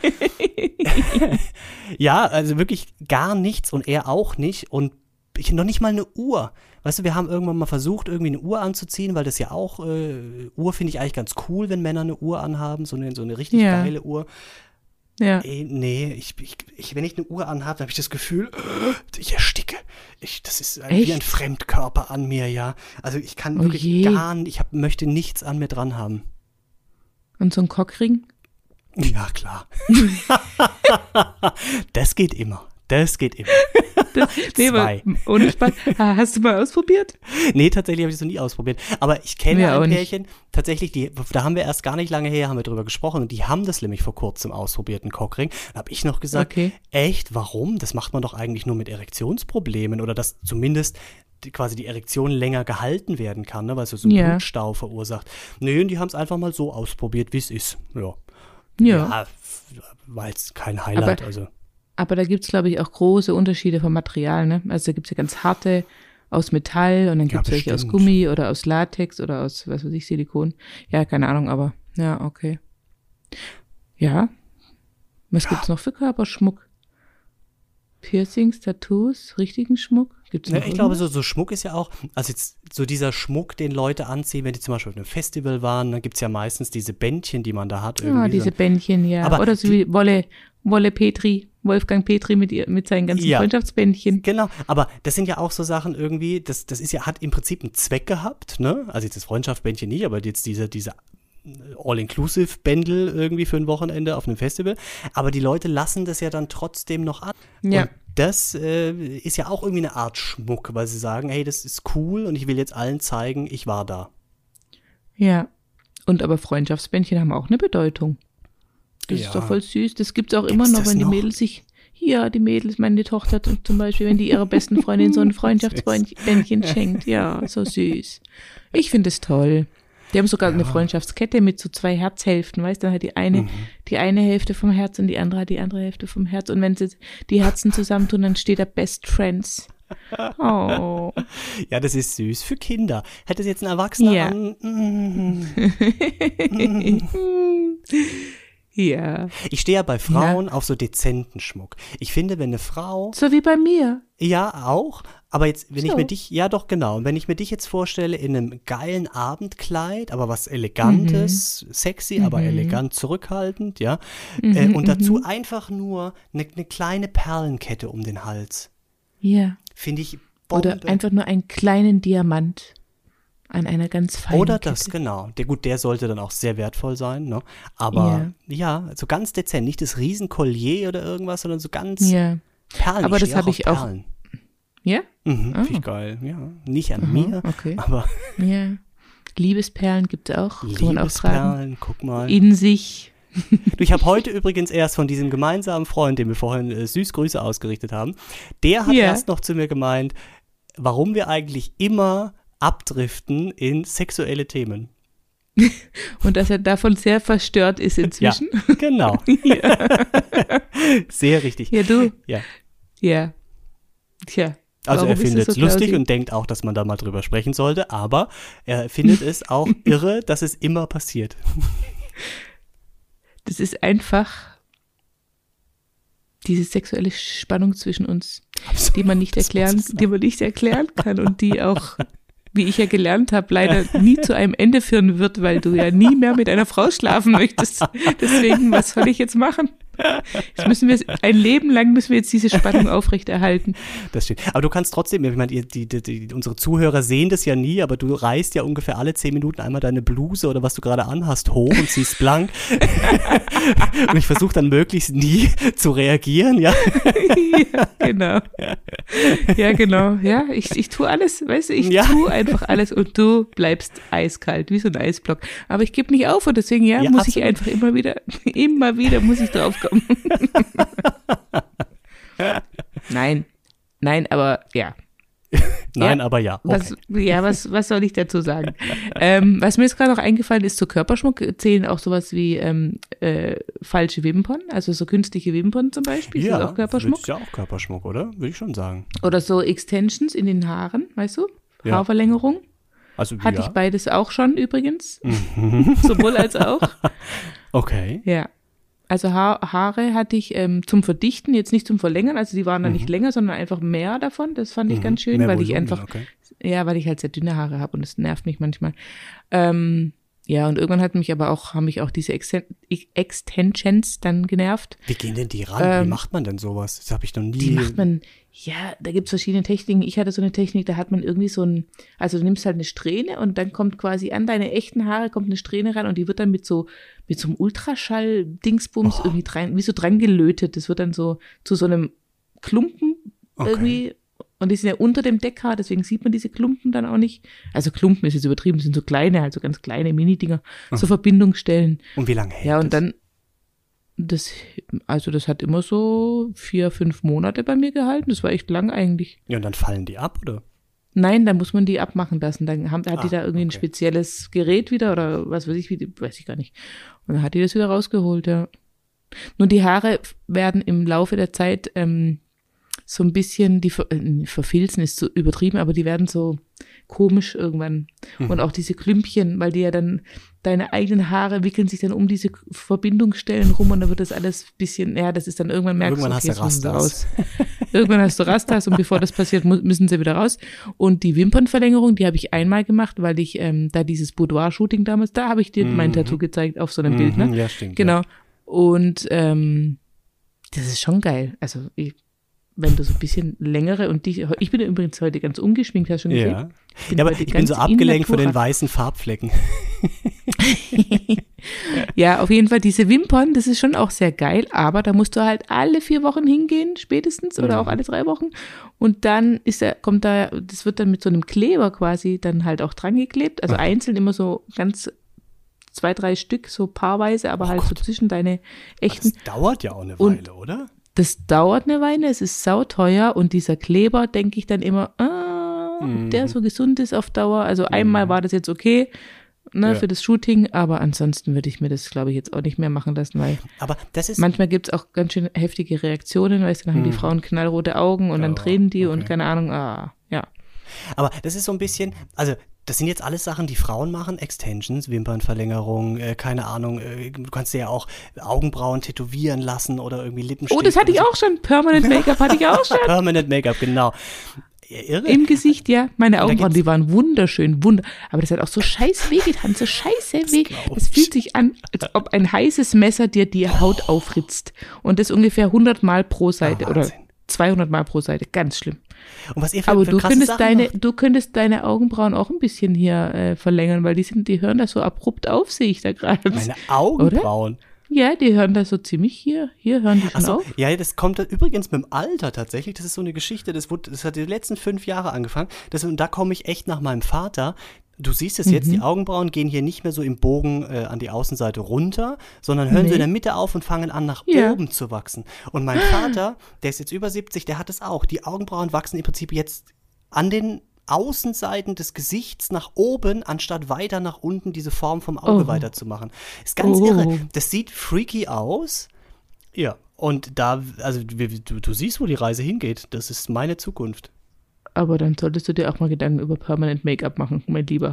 Speaker 2: Ja, also wirklich gar nichts und er auch nicht und ich noch nicht mal eine Uhr. weißt du, wir haben irgendwann mal versucht, irgendwie eine Uhr anzuziehen, weil das ja auch, äh, Uhr finde ich eigentlich ganz cool, wenn Männer eine Uhr anhaben, so eine, so eine richtig
Speaker 3: Ja.
Speaker 2: geile Uhr.
Speaker 3: Ja.
Speaker 2: Ey, nee, ich, ich, ich, wenn ich eine Uhr anhabe, dann habe ich das Gefühl, ich ersticke. Ich, das ist ein, wie
Speaker 3: Echt?
Speaker 2: ein Fremdkörper an mir, ja. Also ich kann
Speaker 3: Oh
Speaker 2: wirklich
Speaker 3: je.
Speaker 2: gar nicht, ich hab, möchte nichts an mir dran haben.
Speaker 3: Und so ein Cockring?
Speaker 2: Ja, klar. Das geht immer. Das geht immer.
Speaker 3: Nee,
Speaker 2: Zwei.
Speaker 3: aber ohne Spaß. Ah, hast du mal ausprobiert?
Speaker 2: Nee, tatsächlich habe ich das noch nie ausprobiert. Aber ich kenne
Speaker 3: Wir auch
Speaker 2: ein
Speaker 3: nicht.
Speaker 2: Pärchen, tatsächlich, die, da haben wir erst gar nicht lange her, haben wir drüber gesprochen und die haben das nämlich vor kurzem ausprobiert, einen Cockring. Da habe ich noch gesagt,
Speaker 3: Okay.
Speaker 2: echt, warum? Das macht man doch eigentlich nur mit Erektionsproblemen oder dass zumindest die, quasi die Erektion länger gehalten werden kann, ne, weil es so einen
Speaker 3: Ja.
Speaker 2: Blutstau verursacht. Nee, und die haben es einfach mal so ausprobiert, wie es ist. Ja,
Speaker 3: Ja.
Speaker 2: ja f- war jetzt kein Highlight,
Speaker 3: Aber-
Speaker 2: also.
Speaker 3: Aber da gibt es, glaube ich, auch große Unterschiede vom Material. Ne? Also da gibt es ja ganz harte aus Metall und dann
Speaker 2: Ja,
Speaker 3: gibt es welche aus
Speaker 2: bestimmt.
Speaker 3: Gummi oder aus Latex oder aus, was weiß ich, Silikon. Ja, keine Ahnung, aber ja, okay. Ja. Was gibt's noch für Körperschmuck? Piercings, Tattoos, richtigen Schmuck? Gibt's noch
Speaker 2: Ja, ich glaube,
Speaker 3: irgendwas?
Speaker 2: so, so Schmuck ist ja auch, also jetzt so dieser Schmuck, den Leute anziehen, wenn die zum Beispiel auf einem Festival waren, dann gibt es ja meistens diese Bändchen, die man da hat.
Speaker 3: Ja,
Speaker 2: irgendwie
Speaker 3: diese
Speaker 2: so.
Speaker 3: Bändchen, ja.
Speaker 2: Aber
Speaker 3: Oder so
Speaker 2: die-
Speaker 3: wie Wolle, Wolle Petri, Wolfgang Petri mit, ihr, mit seinen ganzen
Speaker 2: Ja.
Speaker 3: Freundschaftsbändchen.
Speaker 2: Genau, aber das sind ja auch so Sachen irgendwie, das, das ist ja, hat im Prinzip einen Zweck gehabt, ne? Also jetzt das Freundschaftsbändchen nicht, aber jetzt diese, diese All-Inclusive-Bändel irgendwie für ein Wochenende auf einem Festival. Aber die Leute lassen das ja dann trotzdem noch an.
Speaker 3: Ja.
Speaker 2: Und das äh, ist ja auch irgendwie eine Art Schmuck, weil sie sagen, hey, das ist cool und ich will jetzt allen zeigen, ich war da.
Speaker 3: Ja. Und aber Freundschaftsbändchen haben auch eine Bedeutung. Das
Speaker 2: Ja.
Speaker 3: ist doch voll süß. Das gibt's auch immer
Speaker 2: Gibt's
Speaker 3: noch,
Speaker 2: das
Speaker 3: wenn die
Speaker 2: noch?
Speaker 3: Mädels sich, ja, die Mädels, meine Tochter t- zum Beispiel, wenn die ihrer besten Freundin so ein Freundschaftsbändchen schenkt. Ja, so süß. Ich finde es toll. Die haben sogar eine Freundschaftskette mit so zwei Herzhälften, weißt du? Dann hat die eine,
Speaker 2: Mhm.
Speaker 3: die eine Hälfte vom Herz und die andere hat die andere Hälfte vom Herz. Und wenn sie die Herzen zusammentun, dann steht da Best Friends. Oh.
Speaker 2: Ja, das ist süß für Kinder. Hätte es jetzt ein Erwachsener
Speaker 3: Ja.
Speaker 2: an. mm.
Speaker 3: Ja.
Speaker 2: Ich stehe ja bei Frauen auf so dezenten Schmuck. Ich finde, wenn eine Frau,
Speaker 3: So wie bei mir.
Speaker 2: ja auch, aber jetzt, wenn ich
Speaker 3: So.
Speaker 2: mir dich, ja doch genau, und wenn ich mir dich jetzt vorstelle in einem geilen Abendkleid, aber was Elegantes, sexy, aber elegant zurückhaltend, ja, äh, und dazu einfach nur eine, eine kleine Perlenkette um den Hals,
Speaker 3: Ja.
Speaker 2: finde ich Bombe.
Speaker 3: Oder einfach nur einen kleinen Diamant an einer ganz feinen
Speaker 2: Oder das,
Speaker 3: Kette.
Speaker 2: genau. Der, gut, der sollte dann auch sehr wertvoll sein, ne? Aber ja, so ganz dezent, nicht das Riesenkollier oder irgendwas, sondern so ganz
Speaker 3: Ja.
Speaker 2: Perlen.
Speaker 3: Aber das
Speaker 2: stehe
Speaker 3: hab
Speaker 2: auf
Speaker 3: ich auch-
Speaker 2: Perlen.
Speaker 3: Ja?
Speaker 2: Mhm,
Speaker 3: Ah.
Speaker 2: finde ich geil, ja. Nicht an mir,
Speaker 3: Okay.
Speaker 2: aber
Speaker 3: Ja. Liebesperlen gibt es auch. Kann man auch tragen.
Speaker 2: Liebesperlen, guck mal.
Speaker 3: In sich.
Speaker 2: Du, ich habe heute übrigens erst von diesem gemeinsamen Freund, dem wir vorhin äh, Süßgrüße ausgerichtet haben, der hat
Speaker 3: Ja.
Speaker 2: erst noch zu mir gemeint, warum wir eigentlich immer abdriften in sexuelle Themen.
Speaker 3: Und dass er davon sehr verstört ist inzwischen.
Speaker 2: Ja, genau. Sehr richtig.
Speaker 3: Ja, du.
Speaker 2: Ja.
Speaker 3: Ja. Tja.
Speaker 2: Also
Speaker 3: warum
Speaker 2: er
Speaker 3: ist
Speaker 2: findet
Speaker 3: das
Speaker 2: es
Speaker 3: so,
Speaker 2: lustig
Speaker 3: Klausi?
Speaker 2: und denkt auch, dass man da mal drüber sprechen sollte, aber er findet es auch irre, dass es immer passiert.
Speaker 3: Das ist einfach diese sexuelle Spannung zwischen uns, die man nicht
Speaker 2: Das
Speaker 3: erklären,
Speaker 2: muss es sein.
Speaker 3: die man nicht erklären kann und die auch, wie ich ja gelernt habe, leider nie zu einem Ende führen wird, weil du ja nie mehr mit einer Frau schlafen möchtest. Deswegen, was soll ich jetzt machen? Jetzt müssen wir ein Leben lang müssen wir jetzt diese Spannung aufrechterhalten.
Speaker 2: Das stimmt. Aber du kannst trotzdem, ich meine, die, die, die, unsere Zuhörer sehen das ja nie, aber du reißt ja ungefähr alle zehn Minuten einmal deine Bluse oder was du gerade anhast hoch und ziehst blank. Und ich versuche dann möglichst nie zu reagieren, ja.
Speaker 3: Ja, genau. Ja, genau. Ja, ich, ich tue alles, weißt du, ich
Speaker 2: Ja.
Speaker 3: tue einfach alles und du bleibst eiskalt, wie so ein Eisblock. Aber ich gebe nicht auf und deswegen, ja,
Speaker 2: Ja,
Speaker 3: muss ich
Speaker 2: absolut.
Speaker 3: einfach immer wieder, immer wieder muss ich drauf kommen. Nein, nein, aber ja.
Speaker 2: Nein,
Speaker 3: Ja.
Speaker 2: aber ja. Okay.
Speaker 3: Was, ja, was, was soll ich dazu sagen? ähm, was mir jetzt gerade noch eingefallen ist, zu Körperschmuck zählen auch sowas wie ähm, äh, falsche Wimpern, also so künstliche Wimpern zum Beispiel. Ist das auch Körperschmuck?
Speaker 2: Ist ja auch Körperschmuck, oder? Würde ich schon sagen.
Speaker 3: Oder so Extensions in den Haaren, weißt du?
Speaker 2: Ja.
Speaker 3: Haarverlängerung.
Speaker 2: Also,
Speaker 3: Hatte
Speaker 2: ja.
Speaker 3: ich beides auch schon übrigens. Sowohl als auch.
Speaker 2: Okay.
Speaker 3: Ja. Also ha- Haare hatte ich ähm, zum Verdichten, jetzt nicht zum Verlängern, also die waren dann
Speaker 2: Mhm.
Speaker 3: nicht länger, sondern einfach mehr davon. Das fand ich
Speaker 2: Mhm.
Speaker 3: ganz schön,
Speaker 2: Mehr
Speaker 3: weil ich
Speaker 2: Volumen,
Speaker 3: einfach,
Speaker 2: okay.
Speaker 3: ja, weil ich halt sehr dünne Haare habe und das nervt mich manchmal. Ähm, ja, und irgendwann hat mich aber auch, haben mich auch diese Exten- Extensions dann genervt.
Speaker 2: Wie gehen denn die ran?
Speaker 3: Ähm,
Speaker 2: Wie macht man denn sowas? Das habe ich noch nie.
Speaker 3: Die macht man, ja, da gibt's verschiedene Techniken. Ich hatte so eine Technik, da hat man irgendwie so ein, also du nimmst halt eine Strähne und dann kommt quasi an deine echten Haare kommt eine Strähne ran und die wird dann mit so, mit so einem Ultraschall-Dingsbums
Speaker 2: Oh.
Speaker 3: irgendwie dran, wie so dran gelötet. Das wird dann so zu so einem Klumpen
Speaker 2: Okay.
Speaker 3: irgendwie. Und die sind ja unter dem Deckhaar, deswegen sieht man diese Klumpen dann auch nicht. Also Klumpen ist jetzt übertrieben, das sind so kleine, halt so ganz kleine Mini-Dinger, so Verbindungsstellen.
Speaker 2: Und wie lange hält
Speaker 3: Ja, und
Speaker 2: das?
Speaker 3: dann, das, also das hat immer so vier, fünf Monate bei mir gehalten. Das war echt lang eigentlich.
Speaker 2: Ja, und dann fallen die ab, oder?
Speaker 3: Nein, dann muss man die abmachen lassen. Dann haben, hat
Speaker 2: Ah,
Speaker 3: die da irgendwie ein
Speaker 2: okay.
Speaker 3: spezielles Gerät wieder oder was weiß ich, wie, weiß ich gar nicht. Und dann hat die das wieder rausgeholt, ja. Nur die Haare werden im Laufe der Zeit ähm, so ein bisschen, die ver äh, verfilzen ist so übertrieben, aber die werden so komisch irgendwann.
Speaker 2: Mhm.
Speaker 3: Und auch diese Klümpchen, weil die ja dann, deine eigenen Haare wickeln sich dann um diese Verbindungsstellen rum und dann wird das alles ein bisschen, ja, das ist dann irgendwann merkst
Speaker 2: Irgendwann
Speaker 3: du, okay,
Speaker 2: hast du
Speaker 3: jetzt müssen sie
Speaker 2: Rastas.
Speaker 3: raus. Irgendwann hast du Rastas und bevor das passiert, mu- müssen sie wieder raus. Und die Wimpernverlängerung, die habe ich einmal gemacht, weil ich ähm, da dieses Boudoir-Shooting damals, da habe ich dir mein
Speaker 2: Mhm.
Speaker 3: Tattoo gezeigt auf so einem Bild, ne?
Speaker 2: Mhm, ja, stimmt.
Speaker 3: Genau. Und ähm, das ist schon geil. Also ich, wenn du so ein bisschen längere und dich, ich bin ja übrigens heute ganz ungeschminkt, hast du schon
Speaker 2: Ja.
Speaker 3: gesehen?
Speaker 2: Ja, ja aber
Speaker 3: heute
Speaker 2: ich bin
Speaker 3: ganz
Speaker 2: so
Speaker 3: in
Speaker 2: abgelenkt von den
Speaker 3: Natura.
Speaker 2: weißen Farbflecken.
Speaker 3: Ja, auf jeden Fall diese Wimpern, das ist schon auch sehr geil, aber da musst du halt alle vier Wochen hingehen, spätestens, oder
Speaker 2: Mhm.
Speaker 3: auch alle drei Wochen. Und dann ist er, kommt da, das wird dann mit so einem Kleber quasi dann halt auch dran geklebt, also
Speaker 2: Mhm.
Speaker 3: einzeln immer so ganz zwei, drei Stück, so paarweise, aber
Speaker 2: Oh
Speaker 3: halt so
Speaker 2: Gott.
Speaker 3: zwischen deine echten.
Speaker 2: Das dauert ja auch eine
Speaker 3: Und-
Speaker 2: Weile, oder?
Speaker 3: Das dauert eine Weile, es ist sauteuer und dieser Kleber, denke ich dann immer, ah, ob
Speaker 2: Mhm.
Speaker 3: der so gesund ist auf Dauer. Also einmal war das jetzt okay, ne,
Speaker 2: Ja.
Speaker 3: für das Shooting, aber ansonsten würde ich mir das, glaube ich, jetzt auch nicht mehr machen lassen, weil
Speaker 2: Aber das ist.
Speaker 3: manchmal gibt es auch ganz schön heftige Reaktionen, weißt du, dann haben die
Speaker 2: Mhm.
Speaker 3: Frauen knallrote Augen und dann
Speaker 2: Oh,
Speaker 3: drehen die und
Speaker 2: okay.
Speaker 3: keine Ahnung, ah, ja.
Speaker 2: Aber das ist so ein bisschen, also das sind jetzt alles Sachen, die Frauen machen, Extensions, Wimpernverlängerung, äh, keine Ahnung, äh, du kannst dir ja auch Augenbrauen tätowieren lassen oder irgendwie Lippenstift.
Speaker 3: Oh, das hatte ich
Speaker 2: oder
Speaker 3: auch schon, Permanent Make-up hatte ich auch
Speaker 2: so.
Speaker 3: schon.
Speaker 2: Permanent Make-up, genau. Ja, irre.
Speaker 3: Im Gesicht, ja. Meine
Speaker 2: da
Speaker 3: Augenbrauen,
Speaker 2: gibt's-
Speaker 3: die waren wunderschön, wunder. Aber das hat auch so scheiß wehgetan, so scheiße weh.
Speaker 2: glaub
Speaker 3: Es
Speaker 2: ich.
Speaker 3: fühlt sich an, als ob ein heißes Messer dir die Haut aufritzt. Und das ungefähr hundert Mal pro Seite
Speaker 2: Ah,
Speaker 3: oder
Speaker 2: Wahnsinn.
Speaker 3: zweihundert Mal pro Seite. Ganz schlimm.
Speaker 2: Und was ihr für,
Speaker 3: Aber
Speaker 2: für
Speaker 3: du
Speaker 2: krasse
Speaker 3: könntest
Speaker 2: Sachen
Speaker 3: deine,
Speaker 2: macht.
Speaker 3: du könntest deine Augenbrauen auch ein bisschen hier äh, verlängern, weil die sind, die hören das so abrupt auf, sehe ich da gerade.
Speaker 2: Meine Augenbrauen.
Speaker 3: Ja, die hören das so ziemlich hier. Hier hören die schon
Speaker 2: Achso,
Speaker 3: auf.
Speaker 2: ja, das kommt übrigens mit dem Alter tatsächlich. Das ist so eine Geschichte, das, wurde, das hat die letzten fünf Jahre angefangen. Das, und da komme ich echt nach meinem Vater. Du siehst es
Speaker 3: Mhm.
Speaker 2: jetzt, die Augenbrauen gehen hier nicht mehr so im Bogen äh, an die Außenseite runter, sondern hören
Speaker 3: Nee.
Speaker 2: so in der Mitte auf und fangen an, nach
Speaker 3: Ja.
Speaker 2: oben zu wachsen. Und mein Vater, der ist jetzt über siebzig, der hat es auch. Die Augenbrauen wachsen im Prinzip jetzt an den Außenseiten des Gesichts nach oben, anstatt weiter nach unten diese Form vom Auge
Speaker 3: Oh.
Speaker 2: weiterzumachen. Ist ganz
Speaker 3: Oh.
Speaker 2: irre. Das sieht freaky aus. Ja, und da, also du, du, du siehst, wo die Reise hingeht. Das ist meine Zukunft.
Speaker 3: Aber dann solltest du dir auch mal Gedanken über Permanent Make-up machen, mein Lieber.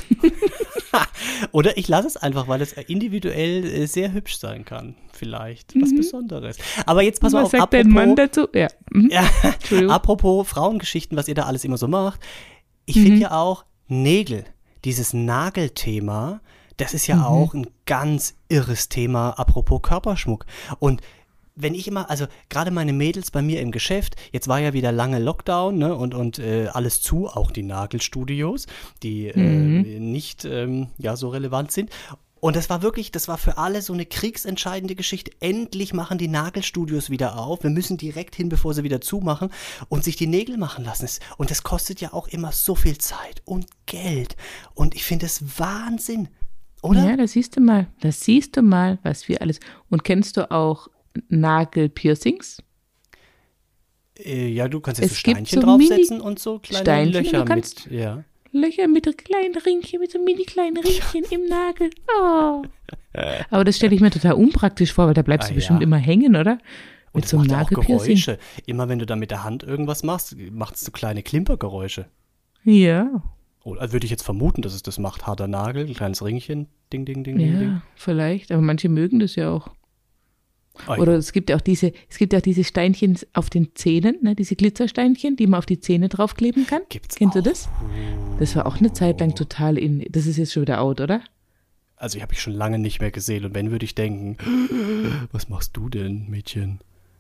Speaker 2: Oder ich lasse es einfach, weil es individuell äh, sehr hübsch sein kann. Vielleicht. Was Besonderes. Aber jetzt pass mal
Speaker 3: Was
Speaker 2: auf,
Speaker 3: sagt dein Mann dazu? Ja. Mhm.
Speaker 2: Ja,
Speaker 3: Entschuldigung.
Speaker 2: apropos Frauengeschichten, was ihr da alles immer so macht. Ich
Speaker 3: Mhm.
Speaker 2: finde ja auch Nägel, dieses Nagelthema, das ist ja
Speaker 3: Mhm.
Speaker 2: auch ein ganz irres Thema, apropos Körperschmuck. Und wenn ich immer, also gerade meine Mädels bei mir im Geschäft, jetzt war ja wieder lange Lockdown, ne, und, und äh, alles zu, auch die Nagelstudios, die
Speaker 3: Mhm.
Speaker 2: äh, nicht ähm, ja, so relevant sind. Und das war wirklich, das war für alle so eine kriegsentscheidende Geschichte. Endlich machen die Nagelstudios wieder auf. Wir müssen direkt hin, bevor sie wieder zumachen und sich die Nägel machen lassen. Und das kostet ja auch immer so viel Zeit und Geld. Und ich finde es Wahnsinn, oder?
Speaker 3: Ja, das siehst du mal. Das siehst du mal, was wir alles. Und kennst du auch Nagelpiercings?
Speaker 2: Äh, ja, du kannst jetzt
Speaker 3: Es
Speaker 2: so
Speaker 3: gibt
Speaker 2: Steinchen
Speaker 3: so
Speaker 2: draufsetzen und so kleine
Speaker 3: Steinchen und
Speaker 2: Löcher
Speaker 3: du kannst-
Speaker 2: mit. Ja.
Speaker 3: Löcher mit kleinen Ringchen, mit so mini kleinen Ringchen im Nagel. Oh. Aber das stelle ich mir total unpraktisch vor, weil da bleibst
Speaker 2: Ah,
Speaker 3: du bestimmt
Speaker 2: ja.
Speaker 3: immer hängen, oder?
Speaker 2: Und
Speaker 3: Mit
Speaker 2: das
Speaker 3: so einem
Speaker 2: macht ja auch
Speaker 3: Nagelpiercing.
Speaker 2: Geräusche. Immer wenn du da mit der Hand irgendwas machst, macht es so kleine Klimpergeräusche.
Speaker 3: Ja,
Speaker 2: Oder also würde ich jetzt vermuten, dass es das macht. Harter Nagel, ein kleines Ringchen, ding, ding, ding, ding, ding.
Speaker 3: ja, vielleicht. Aber manche mögen das ja auch.
Speaker 2: Oh,
Speaker 3: Oder es gibt ja auch diese, es gibt ja auch diese Steinchen auf den Zähnen, ne, diese Glitzersteinchen, die man auf die Zähne draufkleben kann.
Speaker 2: Gibt's
Speaker 3: Kennst
Speaker 2: auch.
Speaker 3: du das? Das war auch eine Zeit lang total in. Das ist jetzt schon wieder out, oder?
Speaker 2: Also, ich habe ich schon lange nicht mehr gesehen. Und wenn, würde ich denken, was machst du denn, Mädchen?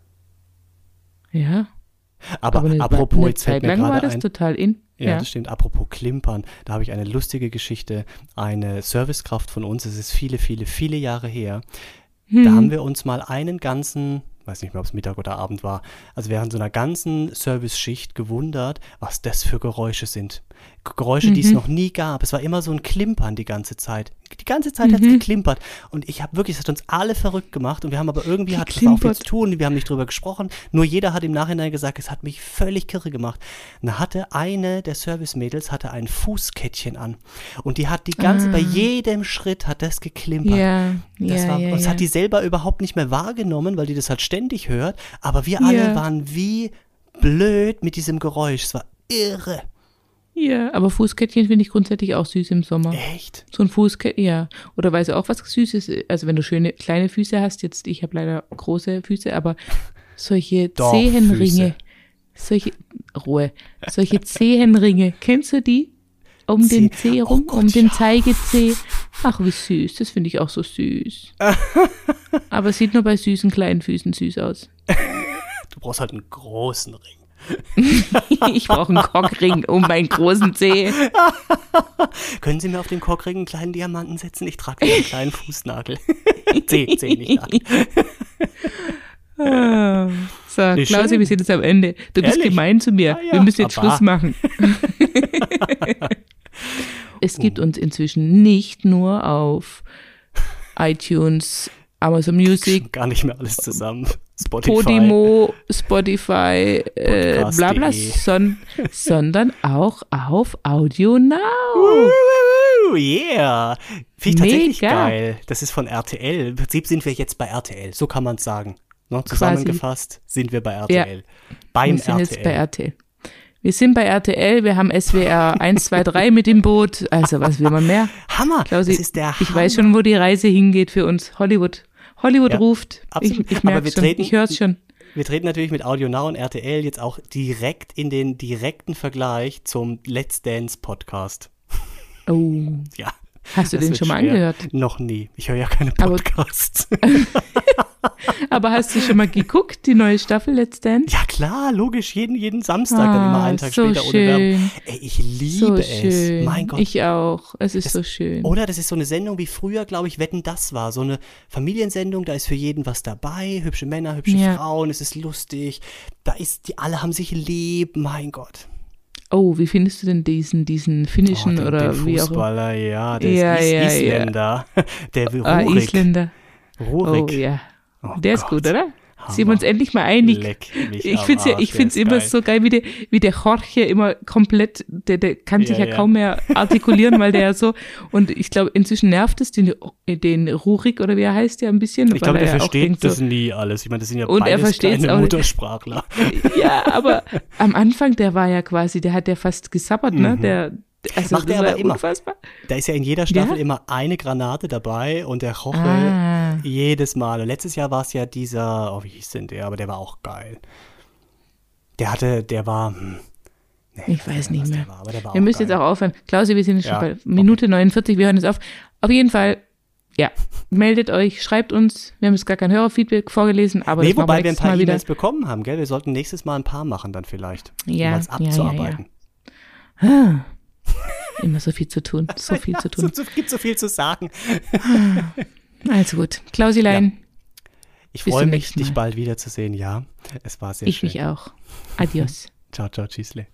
Speaker 3: Ja.
Speaker 2: Aber,
Speaker 3: eine,
Speaker 2: apropos,
Speaker 3: eine
Speaker 2: jetzt fällt
Speaker 3: Zeit
Speaker 2: mir
Speaker 3: lang war
Speaker 2: gerade
Speaker 3: das
Speaker 2: ein.
Speaker 3: total in.
Speaker 2: Ja,
Speaker 3: Ja.
Speaker 2: das stimmt. Apropos Klimpern, da habe ich eine lustige Geschichte. Eine Servicekraft von uns, es ist viele, viele, viele Jahre her.
Speaker 3: Hm.
Speaker 2: Da haben wir uns mal einen ganzen, weiß nicht mehr, ob es Mittag oder Abend war, also während so einer ganzen Service-Schicht gewundert, was das für Geräusche sind. Geräusche, die es
Speaker 3: Mhm.
Speaker 2: noch nie gab. Es war immer so ein Klimpern die ganze Zeit. Die ganze Zeit hat es
Speaker 3: Mhm.
Speaker 2: geklimpert. Und ich habe wirklich, es hat uns alle verrückt gemacht. Und wir haben aber irgendwie, hat das war auch viel
Speaker 3: Geklimpert.
Speaker 2: zu tun. Wir haben nicht drüber gesprochen. Nur jeder hat im Nachhinein gesagt, es hat mich völlig kirre gemacht. Und da hatte eine der Service-Mädels hatte ein Fußkettchen an. Und die hat die ganze,
Speaker 3: Ah.
Speaker 2: bei jedem Schritt hat das geklimpert.
Speaker 3: Ja,
Speaker 2: Das
Speaker 3: ja,
Speaker 2: war,
Speaker 3: ja,
Speaker 2: und das
Speaker 3: ja.
Speaker 2: hat die selber überhaupt nicht mehr wahrgenommen, weil die das halt ständig hört. Aber wir alle
Speaker 3: Ja.
Speaker 2: waren wie blöd mit diesem Geräusch. Es war irre.
Speaker 3: Ja, aber Fußkettchen finde ich grundsätzlich auch süß im Sommer.
Speaker 2: Echt?
Speaker 3: So ein Fußkettchen, ja. Oder weißt du auch, was süß ist? Also wenn du schöne kleine Füße hast, jetzt, ich habe leider große Füße, aber solche
Speaker 2: Dorffüße.
Speaker 3: Zehenringe, solche, Ruhe, solche Zehenringe, kennst du die? Um den
Speaker 2: Zeh-
Speaker 3: Zeh
Speaker 2: Oh
Speaker 3: rum,
Speaker 2: Gott,
Speaker 3: um den
Speaker 2: ja.
Speaker 3: Zeigezeh. Ach, wie süß, das finde ich auch so süß. Aber es sieht nur bei süßen kleinen Füßen süß aus.
Speaker 2: Du brauchst halt einen großen Ring.
Speaker 3: Ich brauche einen Cockring um meinen großen Zeh.
Speaker 2: Können Sie mir auf den Cockring einen kleinen Diamanten setzen? Ich trage einen kleinen Fußnagel. Zeh, Zeh, nicht Nagel.
Speaker 3: Ah. So,
Speaker 2: Wie
Speaker 3: Klausi,
Speaker 2: schön.
Speaker 3: wir sind jetzt am Ende. Du bist
Speaker 2: Ehrlich?
Speaker 3: gemein zu mir.
Speaker 2: Ah, ja.
Speaker 3: Wir müssen jetzt
Speaker 2: Aber-
Speaker 3: Schluss machen. Es gibt uns inzwischen nicht nur auf iTunes, Amazon Music,
Speaker 2: Gar nicht mehr alles zusammen. Spotify.
Speaker 3: Podimo, Spotify, äh,
Speaker 2: Podcast
Speaker 3: bla bla,
Speaker 2: punkt de.
Speaker 3: son, sondern auch auf Audio Now.
Speaker 2: Woo, yeah. Finde ich tatsächlich
Speaker 3: Mega.
Speaker 2: geil. Das ist von R T L. Im Prinzip sind wir jetzt bei R T L. So kann man es sagen. Ne? Zusammengefasst sind wir bei R T L. Beim
Speaker 3: Wir sind
Speaker 2: R T L.
Speaker 3: jetzt bei R T L. Wir sind bei R T L, wir haben S W R eins, zwei, drei mit im Boot. Also was will man mehr?
Speaker 2: Hammer.
Speaker 3: Klausi,
Speaker 2: das ist der Hammer.
Speaker 3: ich weiß schon, wo die Reise hingeht für uns. Hollywood. Hollywood
Speaker 2: Ja,
Speaker 3: ruft.
Speaker 2: absolut.
Speaker 3: Ich, ich
Speaker 2: Aber
Speaker 3: merke
Speaker 2: wir
Speaker 3: schon.
Speaker 2: treten-
Speaker 3: Ich höre es schon.
Speaker 2: Wir treten natürlich mit Audio Now und R T L jetzt auch direkt in den direkten Vergleich zum Let's Dance Podcast.
Speaker 3: Oh.
Speaker 2: Ja.
Speaker 3: Hast du
Speaker 2: das
Speaker 3: den
Speaker 2: wird
Speaker 3: schon mal
Speaker 2: schwer.
Speaker 3: angehört?
Speaker 2: Noch nie. Ich höre ja keine
Speaker 3: Aber-
Speaker 2: Podcasts.
Speaker 3: Aber hast du schon mal geguckt, die neue Staffel Let's Dance?
Speaker 2: Ja klar, logisch. Jeden, jeden Samstag dann immer einen Tag
Speaker 3: so
Speaker 2: später ohne
Speaker 3: schön.
Speaker 2: Werbung. Ey, ich liebe
Speaker 3: So
Speaker 2: es.
Speaker 3: schön.
Speaker 2: Mein Gott.
Speaker 3: Ich auch. Es ist
Speaker 2: Das-
Speaker 3: so schön.
Speaker 2: Oder das ist so eine Sendung wie früher, glaube ich, Wetten, das war. So eine Familiensendung, da ist für jeden was dabei. Hübsche Männer, hübsche
Speaker 3: Ja.
Speaker 2: Frauen, es ist lustig. Da ist, die alle haben sich lieb, mein Gott.
Speaker 3: Oh, wie findest du denn diesen, diesen finnischen
Speaker 2: Oh, den,
Speaker 3: oder
Speaker 2: den
Speaker 3: wie auch immer?
Speaker 2: Fußballer, ja, der
Speaker 3: Ja,
Speaker 2: ist Is
Speaker 3: ja, ja.
Speaker 2: Isländer. Der will
Speaker 3: Ah,
Speaker 2: Rurik.
Speaker 3: Isländer.
Speaker 2: Rurik.
Speaker 3: Oh ja.
Speaker 2: Oh
Speaker 3: Der ist
Speaker 2: Gott.
Speaker 3: gut, oder?
Speaker 2: Hammer.
Speaker 3: Sind wir uns endlich mal einig?
Speaker 2: Leck mich
Speaker 3: Ich
Speaker 2: am
Speaker 3: finde es ja,
Speaker 2: Arsch,
Speaker 3: ich
Speaker 2: der
Speaker 3: find's
Speaker 2: ist
Speaker 3: immer
Speaker 2: geil.
Speaker 3: so geil, wie der, wie der Jorge immer komplett, der, der kann sich
Speaker 2: Ja,
Speaker 3: ja,
Speaker 2: ja.
Speaker 3: kaum mehr artikulieren, weil der ja so, und ich glaube, inzwischen nervt es den, den Rurik oder wie er heißt, ja ein bisschen.
Speaker 2: Ich
Speaker 3: weil
Speaker 2: glaube,
Speaker 3: er
Speaker 2: der
Speaker 3: ja auch
Speaker 2: versteht
Speaker 3: denkt
Speaker 2: das
Speaker 3: so,
Speaker 2: nie alles. Ich meine, das sind ja
Speaker 3: Und er
Speaker 2: beides
Speaker 3: versteht's
Speaker 2: kleine
Speaker 3: auch nicht.
Speaker 2: Muttersprachler.
Speaker 3: Ja, aber am Anfang, der war ja quasi, der hat ja fast gesabbert, ne? Der, also
Speaker 2: Macht
Speaker 3: das
Speaker 2: er
Speaker 3: war
Speaker 2: aber
Speaker 3: ja
Speaker 2: immer.
Speaker 3: unfassbar.
Speaker 2: Da ist ja in jeder Staffel
Speaker 3: Ja?
Speaker 2: immer eine Granate dabei und der Roche
Speaker 3: Ah.
Speaker 2: jedes Mal. Und letztes Jahr war es ja dieser, oh, wie hieß denn der? Aber der war auch geil. Der hatte, der war, hm, nee,
Speaker 3: Ich weiß nicht
Speaker 2: was
Speaker 3: mehr.
Speaker 2: Der war, aber der war
Speaker 3: Wir
Speaker 2: auch
Speaker 3: müssen
Speaker 2: geil.
Speaker 3: jetzt auch aufhören. Klausi, wir sind jetzt
Speaker 2: Ja,
Speaker 3: schon bei Minute neunundvierzig, wir hören jetzt auf. Auf jeden Fall, ja, meldet euch, schreibt uns. Wir haben jetzt gar kein Hörerfeedback vorgelesen, aber
Speaker 2: Nee,
Speaker 3: das machen
Speaker 2: wobei wir ein
Speaker 3: nächstes
Speaker 2: paar
Speaker 3: Mal wieder.
Speaker 2: E-Mails bekommen haben, gell? Wir sollten nächstes Mal ein paar machen dann vielleicht,
Speaker 3: Ja,
Speaker 2: um es
Speaker 3: ja, ja,
Speaker 2: abzuarbeiten.
Speaker 3: Ah, immer so viel zu tun, so viel zu tun.
Speaker 2: Es gibt so viel zu sagen.
Speaker 3: Also gut, Klausilein,
Speaker 2: Ich
Speaker 3: Bis
Speaker 2: freue
Speaker 3: zum
Speaker 2: mich,
Speaker 3: nächsten
Speaker 2: dich
Speaker 3: Mal.
Speaker 2: bald wiederzusehen, ja. Es war sehr
Speaker 3: ich
Speaker 2: schön.
Speaker 3: mich auch. Adios.
Speaker 2: Ciao, ciao, tschüssle.